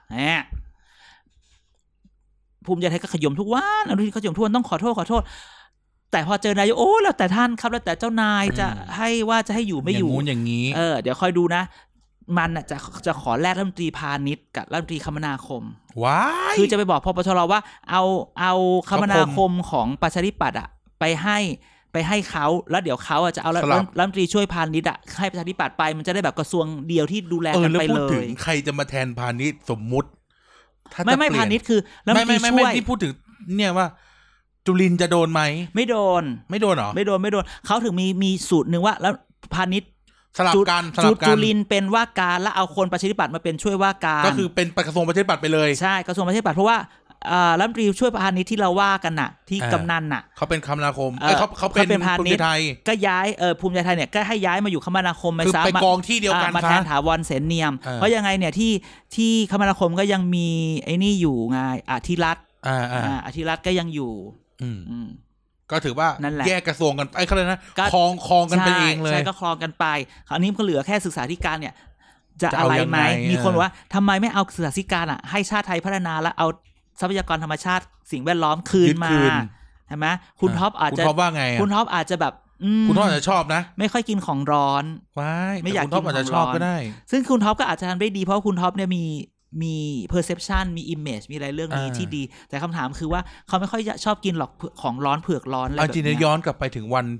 Speaker 1: ภูมิใจไทยก็ขยมทุกวันอนุทินขยมทุกวันต้องขอโทษแต่พอเจอนายกโอ้แล้วแต่ท่านครับแล้วแต่เจ้านายจะให้ว่าจะให้อยู่ไม่อยู่
Speaker 2: อย่างนี้
Speaker 1: เดี๋ยวคอยดูนะมันจะขอแลกรัฐมนตรีพาณิชย์กับรัฐมนตรีคมนาคมคือจะไปบอกพปชรว่าเอาคมนาคมของประชาธิปัตย์ไปให้เขาแล้วเดี๋ยวเขาจะเอารัฐมนตรีช่วยพาณิชย์ให้ประชาธิปัตย์ไปมันจะได้แบบกระทรวงเดียวที่ดูแลกันไปเลย
Speaker 2: พูดถึงใครจะมาแทนพาณิชย์สมมุติ
Speaker 1: ไม่พาณิชย์คือรัฐมนตรีช่วย
Speaker 2: ที่พูดถึงเนี่ยว่าจุลินจะโดนไหม
Speaker 1: ไม่โดน
Speaker 2: เหรอ
Speaker 1: ไม่โดนเขาถึงมีสูตรนึงว่าแล้วพาณิชย์
Speaker 2: สลับกัน
Speaker 1: จุลินเป็นว่าการแล้วเอาคนประชาธิปัตย์มาเป็นช่วยว่าการ
Speaker 2: ก็คือเป็นกระทรวงประชาธิปัตย์ไปเลย
Speaker 1: ใช่กระทรวงประชาธิปัตย์เพราะว่ารัฐมนตรีช่วยพาณิชย์ที่เราว่ากันน่ะที่กำนันน่ะ
Speaker 2: เขาเป็นคมนาคมเขาเป็นภูมิใจไทย
Speaker 1: ก็ย้ายภูมิใจไทยเนี่ยก็ให้ย้ายมาอยู่คมนาคม
Speaker 2: คือไปกองที่เดียวกัน
Speaker 1: มาแทนถาวรเสนเนียมเพราะยังไงเนี่ยที่คมนาคมก็ยังมีไอ้นี่อยู่ไงอธิรัตน์ก็ยังอยู่
Speaker 2: ก็ถือว่าแยกกระทรวงกันเขาเลยนะคลองกันไปเองเลย
Speaker 1: ใช่ก็คลองกันไปคราวนี้ก็เหลือแค่ศึกษาธิการเนี่ยจะอะไรไหมมีคนว่าทำไมไม่เอาศึกษาธิการให้ชาติไทยพัฒนาแล้วเอาทรัพยากรธรรมชาติสิ่งแวดล้อมคืนมาใช่ไหมคุณท็อปอาจจะคุณท็อปอาจจะแบบ
Speaker 2: คุณท็อปอาจจะชอบนะ
Speaker 1: ไม่ค่อยกินของร้อน
Speaker 2: ไม่อยากกินของร้อนก็ได้
Speaker 1: ซึ่งคุณท็อปก็อาจจะทำได้ดีเพราะคุณท็อปเนี่ยมี perception มี image มีอะไรเรื่องนี้ที่ดีแต่คำถามคือว่าเขาไม่ค่อยชอบกินหรอกของร้อนเผือกร้อนอะไรแบบนี้
Speaker 2: จริงๆย้อนกลับไปถึงวัน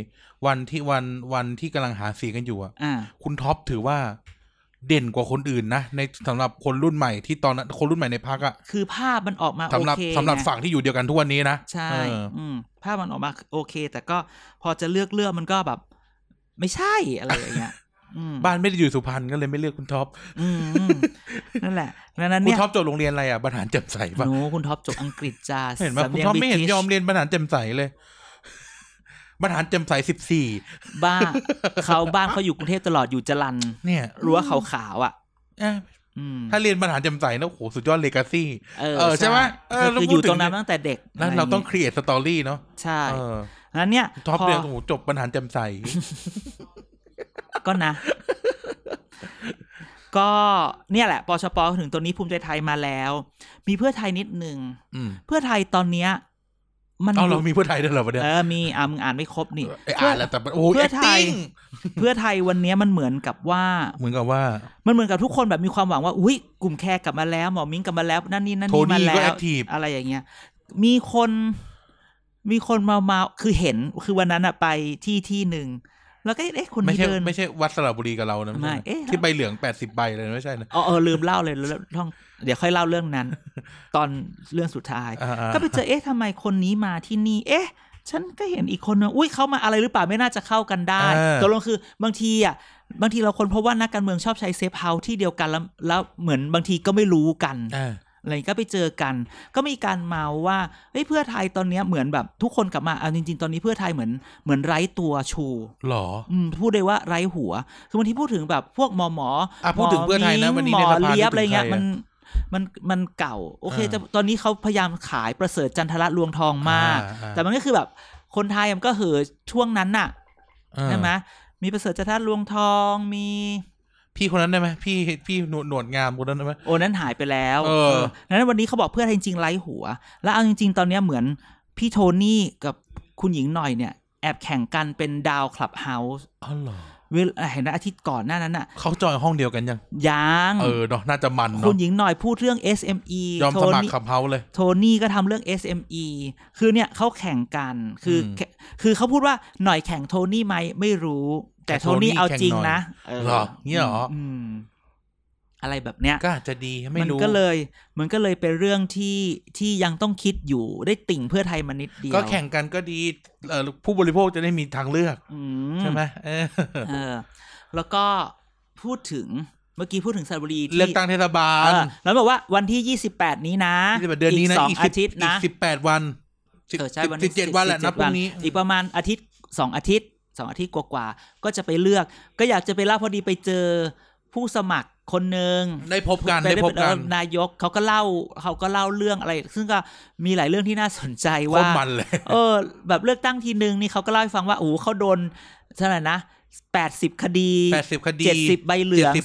Speaker 2: ที่กำลังหาเสียงกันอยู่คุณท็อปถือว่าเด่นกว่าคนอื่นนะในสำหรับคนรุ่นใหม่ที่ตอนนั้นคนรุ่นใหม่ในพรรค
Speaker 1: คือภาพมันออกมาโอเค
Speaker 2: สำหรับฝั่งที่อยู่เดียวกันทุกวันนี้นะ
Speaker 1: ใช่ภาพมันออกมาโอเคแต่ก็พอจะเลือกมันก็แบบไม่ใช่อะไรอย่างเงี้ย
Speaker 2: บ้านไม่ได้อยู่สุพรรณก็เลยไม่เลือกคุณท็อป
Speaker 1: นั่นแหละนั้นเนี่ย
Speaker 2: คุณท็อปจบโรงเรียนอะไรบรรหารแจ่มใสป่ะ
Speaker 1: คุณท็อปจบอังกฤษจ้า
Speaker 2: เห็นไหมคุณท็อปไม่เห็นยอมเรียนบรรหารแจ่มใสเลยบรรหารแจ่มใส14
Speaker 1: บ้านเขาอยู่กรุงเทพตลอดอยู่จรัญ
Speaker 2: เนี่ย
Speaker 1: รั้วขาว
Speaker 2: ถ้าเรียนบรรหารแจ่มใสนะโอ้โหสุดยอดเลกาซี่ใช่ไหม
Speaker 1: คืออยู่ตรงนั้นตั้งแต่เด็ก
Speaker 2: แล้วเราต้องครีเอทสตอรี่เนาะ
Speaker 1: ใช่นั้นเนี่ย
Speaker 2: ท็อปเรียนโอ้โหจบบรรหารแจ่มใส
Speaker 1: ก็นะก็เนี่ยแหละปชป.ถึงตัวนี้ภูมิใจไทยมาแล้วมีเพื่อไทยนิดนึงเพื่อไทยตอนเนี้ย
Speaker 2: มันเรามีเพื่อไทยด้วยเหรอวะเนี่ย
Speaker 1: มีมึงอ่านไม่ครบนี่
Speaker 2: อ่านแล้วแต่โอ้
Speaker 1: เพื่อไทยวันนี้มันเหมือนกับว่ามันเหมือนกับทุกคนแบบมีความหวังว่าอุ้ยกลุ่มแคร์กลับมาแล้วหมอมิ้งกลับมาแล้วนั่นนี่มาแล้วอะไรอย่างเงี้ยมีคนมาคือเห็นคือวันนั้นไปที่นึงแล้วก็คนนี้เดิน
Speaker 2: ไม่ใช่วัดสระบุรีกับเรานะที่ใบเหลือง80ใบเลยไม่ใช่นะ
Speaker 1: ลืมเล่าเลยแล้วเดี๋ยวค่อยเล่าเรื่องนั้นตอนเรื่องสุดท้ายก็ไปเจอทำไมคนนี้มาที่นี่ฉันก็เห็นอีกคนนึงอุ้ยเข้ามาอะไรหรือเปล่าไม่น่าจะเข้ากันได้ตกลงคือบางทีเราคนพบว่านักการเมืองชอบใช้เซฟเฮาส์ที่เดียวกันแล้วเหมือนบางทีก็ไม่รู้กันอะไรก็ไปเจอกันก็มีการเมาว่าเพื่อไทยตอนนี้เหมือนแบบทุกคนกลับมาเอาจริงๆตอนนี้เพื่อไทยเหมือนไร้ตัวชู
Speaker 2: หรอ
Speaker 1: พูดได้ว่าไร้หัวคือบางทีพูดถึงแบบพวกหมอ
Speaker 2: พูดถึงเพื่อไทยนะวันนี้
Speaker 1: หมอเลียบอะไรเงี้ยมันเก่าโอเคแต่ตอนนี้เขาพยายามขายประเสริฐจันทระลวงทองมากแต่มันก็คือแบบคนไทยมันก็เหอช่วงนั้นน่ะใช่ไหมมีประเสริฐจันทระลวงทองมี
Speaker 2: พี่คนนั้นได้ไหมพี่หนวดงามคนนั้นได้ไหม
Speaker 1: โอ้นั้นหายไปแล้วนั้นวันนี้เขาบอกเพื่อไทยจริงไร้หัวแล้วเอาจริงๆตอนนี้เหมือนพี่โทนี่กับคุณหญิงหน่อยเนี่ยแอบแข่งกันเป็นดาวคลับเฮาส์
Speaker 2: อ๋อเหรอ
Speaker 1: เห็นอาทิตย์ก่อนหน้านั้นน่ะ
Speaker 2: เขาจอยห้องเดียวกัน
Speaker 1: ยัง
Speaker 2: เนาะน่าจะมันเนาะ
Speaker 1: คุณหญิงหน่อยพูดเรื่อง SME
Speaker 2: ยอมสมัครคลับเฮาส์เลย
Speaker 1: โทนี่ก็ทำเรื่อง SME คือเนี่ยเขาแข่งกันคือเขาพูดว่าหน่อยแข่งโทนี่ไหมไม่รู้แต่โทนี่เอาจริงนะ
Speaker 2: หรอเนี่ยหรอ
Speaker 1: อะไรแบบเนี้ย
Speaker 2: ก็อาจจะดีไม่รู้
Speaker 1: มันก็เลยเป็นเรื่องที่ยังต้องคิดอยู่ได้ติ่งเพื่อไทยมานิดเดียว
Speaker 2: ก็แข่งกันก็ดีผู้บริโภคจะได้มีทางเลือกใช่ไหม
Speaker 1: แล้วก็พูดถึงเมื่อกี้พูดถึงสระบุรี
Speaker 2: เลือกตั้งเทศบาล
Speaker 1: แล้วบอกว่าวันที่28นี้นะ
Speaker 2: เดือนนี้นะ
Speaker 1: อีก2อาทิตย์นะ
Speaker 2: อีก18วัน
Speaker 1: ใช่วัน
Speaker 2: 17วันแหละนับพรุ่งนี้
Speaker 1: อีกประมาณอาทิตย์2อาทิตย์กว่าๆก็จะไปเลือกก็อยากจะไปเล่าพอดีไปเจอผู้สมัครคนนึง
Speaker 2: ได้พบกัน
Speaker 1: นายกเขาก็เล่าเรื่องอะไรซึ่งก็มีหลายเรื่องที่น่าสนใจว่า
Speaker 2: มันเลย
Speaker 1: แบบเลือกตั้งทีนึงนี่เขาก็เล่าให้ฟังว่าโอ้เขาโดนเท่าไหร่นะ 80 คดี
Speaker 2: 80 คดี
Speaker 1: 70 ใบเหลือง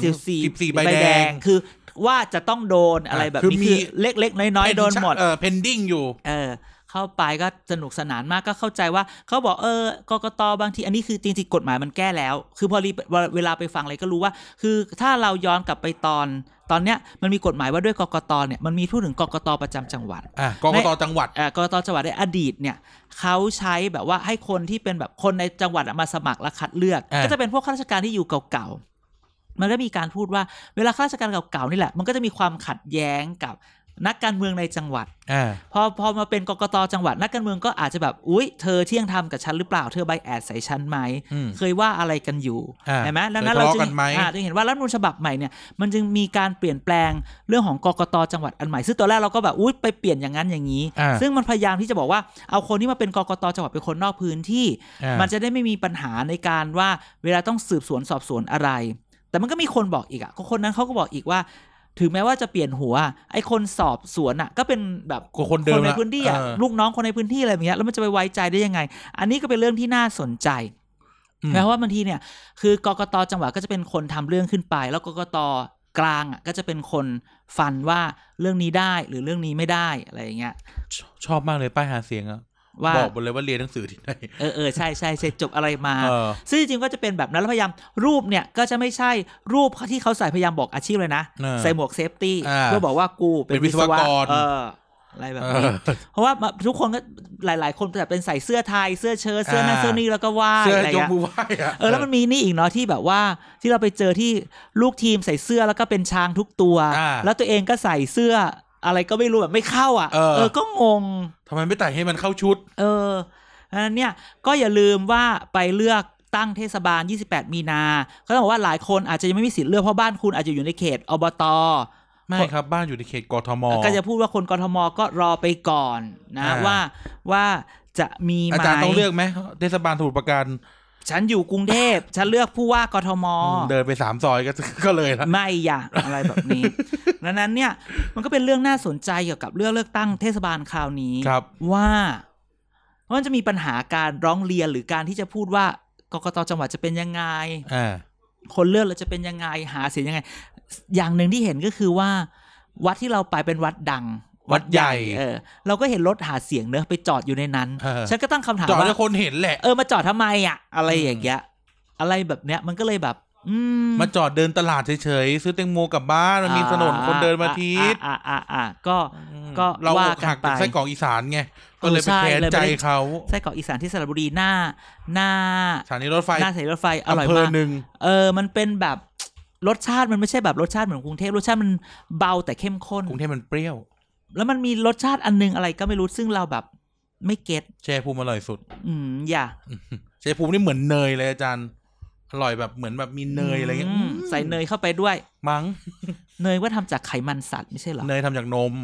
Speaker 2: 14 ใบแดง
Speaker 1: คือว่าจะต้องโดนอะไรแบบนี้คือเล็กๆน้อยๆโดนหมด
Speaker 2: pending อยู่
Speaker 1: เข้าไปก็สนุกสนานมากก็เข้าใจว่าเขาบอกกกต.บางทีอันนี้คือจริงๆกฎหมายมันแก้แล้วคือพอเวลาไปฟังอะไรก็รู้ว่าคือถ้าเราย้อนกลับไปตอนเนี้ยมันมีกฎหมายว่าด้วยกกต.เนี่ยมันมีพูดถึงกกต.ประจำจังหวัด
Speaker 2: กกต.จังหวัด
Speaker 1: กกต.จังหวัดในอดีตเนี่ยเขาใช้แบบว่าให้คนที่เป็นแบบคนในจังหวัดมาสมัครและคัดเลือกก็จะเป็นพวกข้าราชการที่อยู่เก่าๆมันก็มีการพูดว่าเวลาข้าราชการเก่าๆนี่แหละมันก็จะมีความขัดแย้งกับนักการเมืองในจังหวัดพอมาเป็นกกต.จังหวัดนักการเมืองก็อาจจะแบบอุ๊ยเธอเที่ยงธรรมกับฉันหรือเปล่าเธอไบแอดใส่ฉันไหมเคยว่าอะไรกันอยู่เห็นไหมดังนั้นเราจึงเห็นว่ารัฐธรรมนูญฉบับใหม่เนี่ยมันจึงมีการเปลี่ยนแปลงเรื่องของกกต.จังหวัดอันใหม่ซึ่งตอนแรกเราก็แบบอุ๊ยไปเปลี่ยนอย่างนั้นอย่างนี้ซึ่งมันพยายามที่จะบอกว่าเอาคนที่มาเป็นกกต.จังหวัดเป็นคนนอกพื้นที่มันจะได้ไม่มีปัญหาในการว่าเวลาต้องสืบสวนสอบสวนอะไรแต่มันก็มีคนบอกอีกอ่ะคนนั้นเขาก็บอกอีกว่าถึงแม้ว่าจะเปลี่ยนหัวไอ้คนสอบสวนอ่ะก็เป็นแบบ
Speaker 2: คน
Speaker 1: ในพื้นที่อ่ะลูกน้องคนในพื้นที่อะไรอย่างเงี้ยแล้วมันจะไปไว้ใจได้ยังไงอันนี้ก็เป็นเรื่องที่น่าสนใจแม้ว่าบางทีเนี่ยคือกกต.จังหวัดก็จะเป็นคนทำเรื่องขึ้นไปแล้วกกต.กลางอ่ะก็จะเป็นคนฟันว่าเรื่องนี้ได้หรือเรื่องนี้ไม่ได้อะไรอย่างเงี้ย
Speaker 2: ชอบมากเลยป้ายหาเสียงอ่ะบอกหมดเลยว่าเรียนหนังสือที่ไหน
Speaker 1: ใช่จบอะไรมาซึ่งจริงๆก็จะเป็นแบบนั้นแล้วพยายามรูปเนี่ยก็จะไม่ใช่รูปที่เขาใส่พยายามบอกอาชีพเลยนะใส่หมวกเซฟตี้เพื่อบอกว่ากูเป็นวิศวกรอะไรแบบนี้เพราะว่าทุกคนก็หลายๆคนแต่เป็นใส่เสื้อไทยเสื้อเชิ้ตเสื้อนั่นเสื้อนี่แล้วก็ไหว้อะไรอย่างเงี้ยแล้วมันมีนี่อีกเนาะที่แบบว่าที่เราไปเจอที่ลูกทีมใส่เสื้อแล้วก็เป็นช้างทุกตัวแล้วตัวเองก็ใส่เสื้ออะไรก็ไม่รู้แบบไม่เข้าอ่ะก็งง
Speaker 2: ทำไมไม่แต่งให้มันเข้าชุด
Speaker 1: นั้นเนี่ยก็อย่าลืมว่าไปเลือกตั้งเทศบาล28 มีนาก็ต้องบอกว่าหลายคนอาจจะยังไม่มีสิทธิ์เลือกเพราะบ้านคุณอาจจะอยู่ในเขตอบต.
Speaker 2: ไม่ครับบ้านอยู่ในเขตกทม.
Speaker 1: ก็จะพูดว่าคนกทม.ก็รอไปก่อนนะว่าจะมีไหม
Speaker 2: อาจารย์ต้องเลือกไหมเทศบาลสมุทรปราการ
Speaker 1: ฉันอยู่กรุงเทพฉันเลือกผู้ว่ากทม.
Speaker 2: เดินไป3 ซอยก็เลยนะ
Speaker 1: ไม่อย่าอะไรแบบนี้ดังนั้นเนี่ยมันก็เป็นเรื่องน่าสนใจเกี่ยวกับเลือกตั้งเทศบาลคราวนี้ว่ามันจะมีปัญหาการร้องเรียนหรือการที่จะพูดว่ากกต.จังหวัดจะเป็นยังไงคนเลือกเราจะเป็นยังไงหาเสียงยังไงอย่างหนึ่งที่เห็นก็คือว่าวัดที่เราไปเป็นวัดดัง
Speaker 2: วัดใหญ่
Speaker 1: เราก็เห็นรถหาเสียงเนอะไปจอดอยู่ในนั้นฉันก็ตั้งคำถามว่า
Speaker 2: จอดให้คนเห็นแหละ
Speaker 1: มาจอดทำไมอ่ะอะไรอย่างเงี้ยอะไรแบบเนี้ยมันก็เลยแบบ
Speaker 2: มาจอดเดินตลาดเฉยๆซื้อแตงโมกลับบ้านมันมีถนนคนเดินมาทิศ
Speaker 1: ก็
Speaker 2: เราหักไส้กรอกอีสานไงก็เลยไปแทนใจเขา
Speaker 1: ไส้กรอกอีสานที่สระบุรีหน้า
Speaker 2: สถานีรถไฟ
Speaker 1: หน้าสถานีรถไฟอร่อยมากมันเป็นแบบรสชาติมันไม่ใช่แบบรสชาติเหมือนกรุงเทพรสชาติมันเบาแต่เข้มข้น
Speaker 2: กรุงเทพมันเปรี้ยว
Speaker 1: แล้วมันมีรสชาติอันนึงอะไรก็ไม่รู้ซึ่งเราแบบไม่เก็ต
Speaker 2: ชัยภูมิอร่อยสุด
Speaker 1: อย่า
Speaker 2: ชัยภูมินี่เหมือนเนยเลยอาจารย์อร่อยแบบเหมือนแบบมีเนยอะไรเงี้ย
Speaker 1: ใส่เนยเข้าไปด้วย
Speaker 2: มั้ง
Speaker 1: เนยว่าทำจากไขมันสัตว์ไม่ใช่เหรอ
Speaker 2: เนยทำจากนม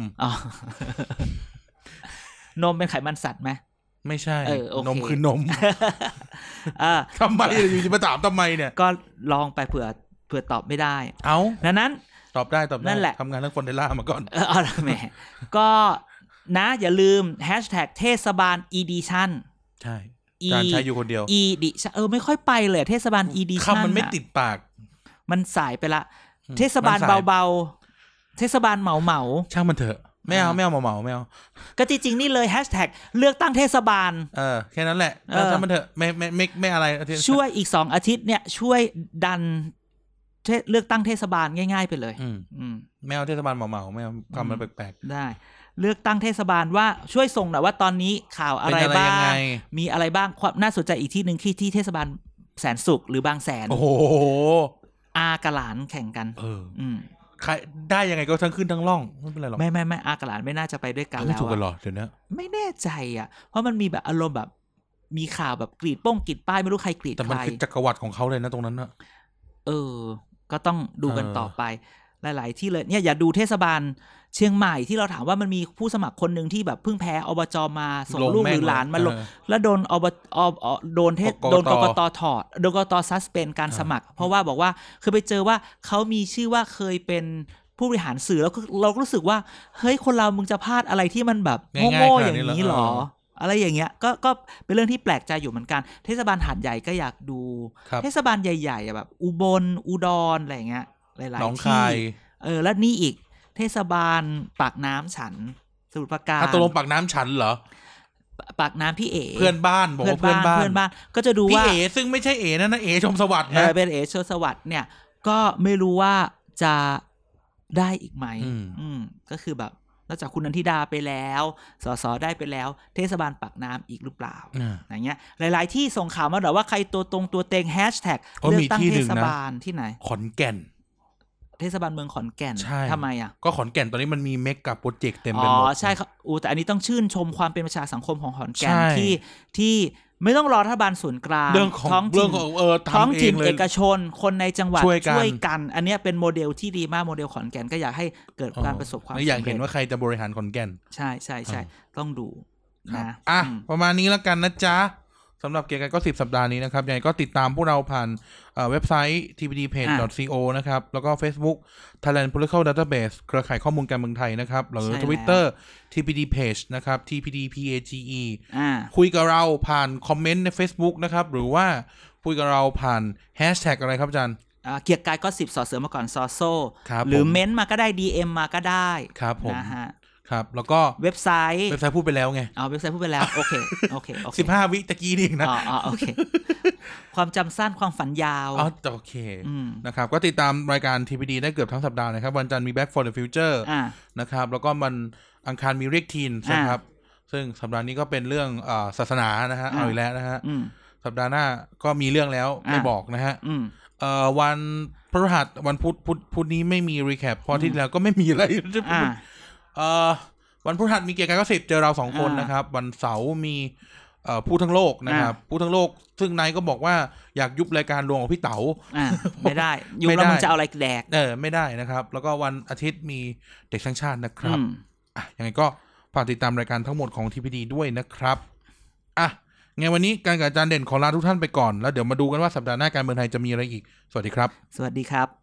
Speaker 1: นมเป็นไขมันสัตว์ไหม
Speaker 2: ไม่ใช่นมคือนมทำไมอยู่จะมาถามทำไมเนี่ย
Speaker 1: ก็ลองไปเผื่อตอบไม่ได้นั้น
Speaker 2: ตอบได้นั่นแหละทำงานเรื่องคนเดล่ามาก่อน
Speaker 1: แหมก็นะอย่าลืมเทศบาล edition
Speaker 2: ใช่การใช้อยู่คนเดียว
Speaker 1: edition ไม่ค่อยไปเลยเทศบาล edition
Speaker 2: คำมันไม่ติดปาก
Speaker 1: มันสายไปละเทศบาลเบาๆเทศบาลเหมา
Speaker 2: ช่างมันเถอะไม่เอาเหมาไม่เอา
Speaker 1: ก็จริงๆนี่เลยเลือกตั้งเทศบาล
Speaker 2: แค่นั้นแหละช่างมันเถอะไม่อะไร
Speaker 1: ช่วยอีก2 อาทิตย์เนี่ยช่วยดันเลือกตั้งเทศบาลง่ายๆไปเลย
Speaker 2: ไม่เอาเทศบาลเหมาไม่เอาคำมันแปลก
Speaker 1: ๆได้เลือกตั้งเทศบาลว่าช่วยส่งหน่อยว่าตอนนี้ข่าวอะไรบ้างมีอะไรบ้างความน่าสนใจอีกที่นึงที่เทศบาลแสนสุขหรือบางแสน
Speaker 2: โอ้โห
Speaker 1: อากับหลานแข่งกัน
Speaker 2: ใครได้ยังไงก็ทั้งขึ้นทั้งล่องไม่เป็นไรหรอก
Speaker 1: ไม่อากับหลานไม่น่าจะไปด้วยกันแล้ว
Speaker 2: ถูกกันหรอเดี๋ยวนี้
Speaker 1: ไม่แน่ใจอ่ะเพราะมันมีแบบอารมณ์แบบมีข่าวแบบกรีดป้ายไม่รู้ใครกรีดใคร
Speaker 2: แต่มันคือจักรวรรดิของเขาเลยนะตรงนั้นนะ
Speaker 1: ก็ต้องดูกันต่อไปหลายๆที่เลยเนี่ยอย่าดูเทศบาลเชียงใหม่ที่เราถามว่ามันมีผู้สมัครคนหนึ่งที่แบบเพิ่งแพ้อบจ.มาส่งลูกหรือหลานมาลงแล้วโดนกกต.ถอดโดนกกต.ซัสเพนการสมัครเพราะว่าบอกว่าคือไปเจอว่าเขามีชื่อว่าเคยเป็นผู้บริหารสื่อแล้วเราก็รู้สึกว่าเฮ้ยคนเรามึงจะพลาดอะไรที่มันแบบโง่ๆอย่างนี้หรออะไรอย่างเงี้ยก็เป็นเรื่องที่แปลกใจอยู่เหมือนกันเทศบาลหาดใหญ่ก็อยากดูเทศบาลใหญ่ๆแบบอุบลอุดรอะไรอย่างเงี้ยหลายๆที่แล้วนี่อีกเทศบาลปากน้ำฉันสมุทรปราการ
Speaker 2: ตกลงปากน้ำฉันเหรอ
Speaker 1: ปากน้ำพี่เอ๋
Speaker 2: เพื่อนบ้านบอกว่าเพื่อนบ้าน
Speaker 1: ก็จะดูว่า
Speaker 2: พี่เอ๋ซึ่งไม่ใช่เอ๋นะเอ๋ชมสวัสดิ์นะ
Speaker 1: เป็นเอ๋ชมสวัสดิ์เนี่ยก็ไม่รู้ว่าจะได้อีกไหมก็คือแบบนอกจากคุณนันทิดาไปแล้วสสได้ไปแล้วเทศบาลปากน้ำอีกหรือเปล่าอย่างเงี้ยหลายๆที่ส่งข่าวมาว่าใครตัวตรงตัวเต็งแฮชแท็กเลือกตั้งเทศบาลที่ไหน
Speaker 2: ขอนแก่น
Speaker 1: เทศบาลเมืองขอนแก่นทำไมอ่ะ
Speaker 2: ก็ขอนแก่นตอนนี้มันมีเมกะโปรเจกต์เต็มไปหมด
Speaker 1: ใช่ครับแต่อันนี้ต้องชื่นชมความเป็นประชาสังคมของขอนแก่นที่ไม่ต้องรอรัฐบาลส่วนกลางท้องถิ่นเอกชนคนในจังหวัดช่วยกันอันนี้เป็นโมเดลที่ดีมากโมเดลขอนแก่นก็อยากให้เกิดการประสบความสำเร็จ
Speaker 2: อยากเห็นว่าใครจะบริหารขอนแก่น
Speaker 1: ใช่ต้องดูนะ
Speaker 2: ประมาณนี้แล้วกันนะจ๊ะสำหรับเกียร์กันก็10 สัปดาห์นี้นะครับยังไงก็ติดตามพวกเราผ่านเว็บไซต์ tpdpage.co นะครับแล้วก็ Facebook Thailand Political Database เครือข่ายข้อมูลการเมืองไทยนะครับหรือ Twitter tpdpage นะครับ tpdpage คุยกับเราผ่านคอมเมนต์ใน Facebook นะครับหรือว่าคุยกับเราผ่านแฮชแท็กอะไรครับอาจารย์
Speaker 1: เกียร์กายก็10สอเสือมาก่อนซอโซ่หรือเม้นต์มาก็ได้ DM มาก็ได้
Speaker 2: ครับผม
Speaker 1: นะฮะ
Speaker 2: ครับแล้วก็
Speaker 1: เว็บไซต์
Speaker 2: พูดไปแล้วไง
Speaker 1: เว็บไซต์พูดไปแล้วโอเค
Speaker 2: 15 วิตะกี้นี่นะ
Speaker 1: โอเคความจำสั้นความฝันยาว
Speaker 2: โอเคนะครับก็ติดตามรายการ TPD ได้เกือบทั้งสัปดาห์นะครับวันจันทร์มี Back for the Future นะครับแล้วก็มันอังคารมีเรียกทีนนะครับซึ่งสัปดาห์นี้ก็เป็นเรื่องศาสนานะฮะเอาอีกแล้วนะฮะสัปดาห์หน้าก็มีเรื่องแล้วไม่บอกนะฮะวันพฤหัสวันพุธนี้ไม่มีรีแคปพอที่แล้วก็ไม่มีอะไรจะพูดวันพฤหัสมีเกียร์กายก็10เจอเรา2คนนะครับวันเสาร์มีผู้ทั้งโลกนะครับผู้ทั้งโลกซึ่งนายก็บอกว่าอยากยุบรายการรวมของพี่เต๋า
Speaker 1: ไม่ได้ยุบแล้วมึงจะเอาอะไรแดก
Speaker 2: ไม่ได้นะครับแล้วก็วันอาทิตย์มีเด็กสร้างชาตินะครับยังไงก็ฝากติดตามรายการทั้งหมดของ TPD ด้วยนะครับไงวันนี้การกับอาจารย์เด่นขอลาทุกท่านไปก่อนแล้วเดี๋ยวมาดูกันว่าสัปดาห์หน้าการเมืองไทยจะมีอะไรอีกสวัสดีครับ
Speaker 1: สวัสดีครับ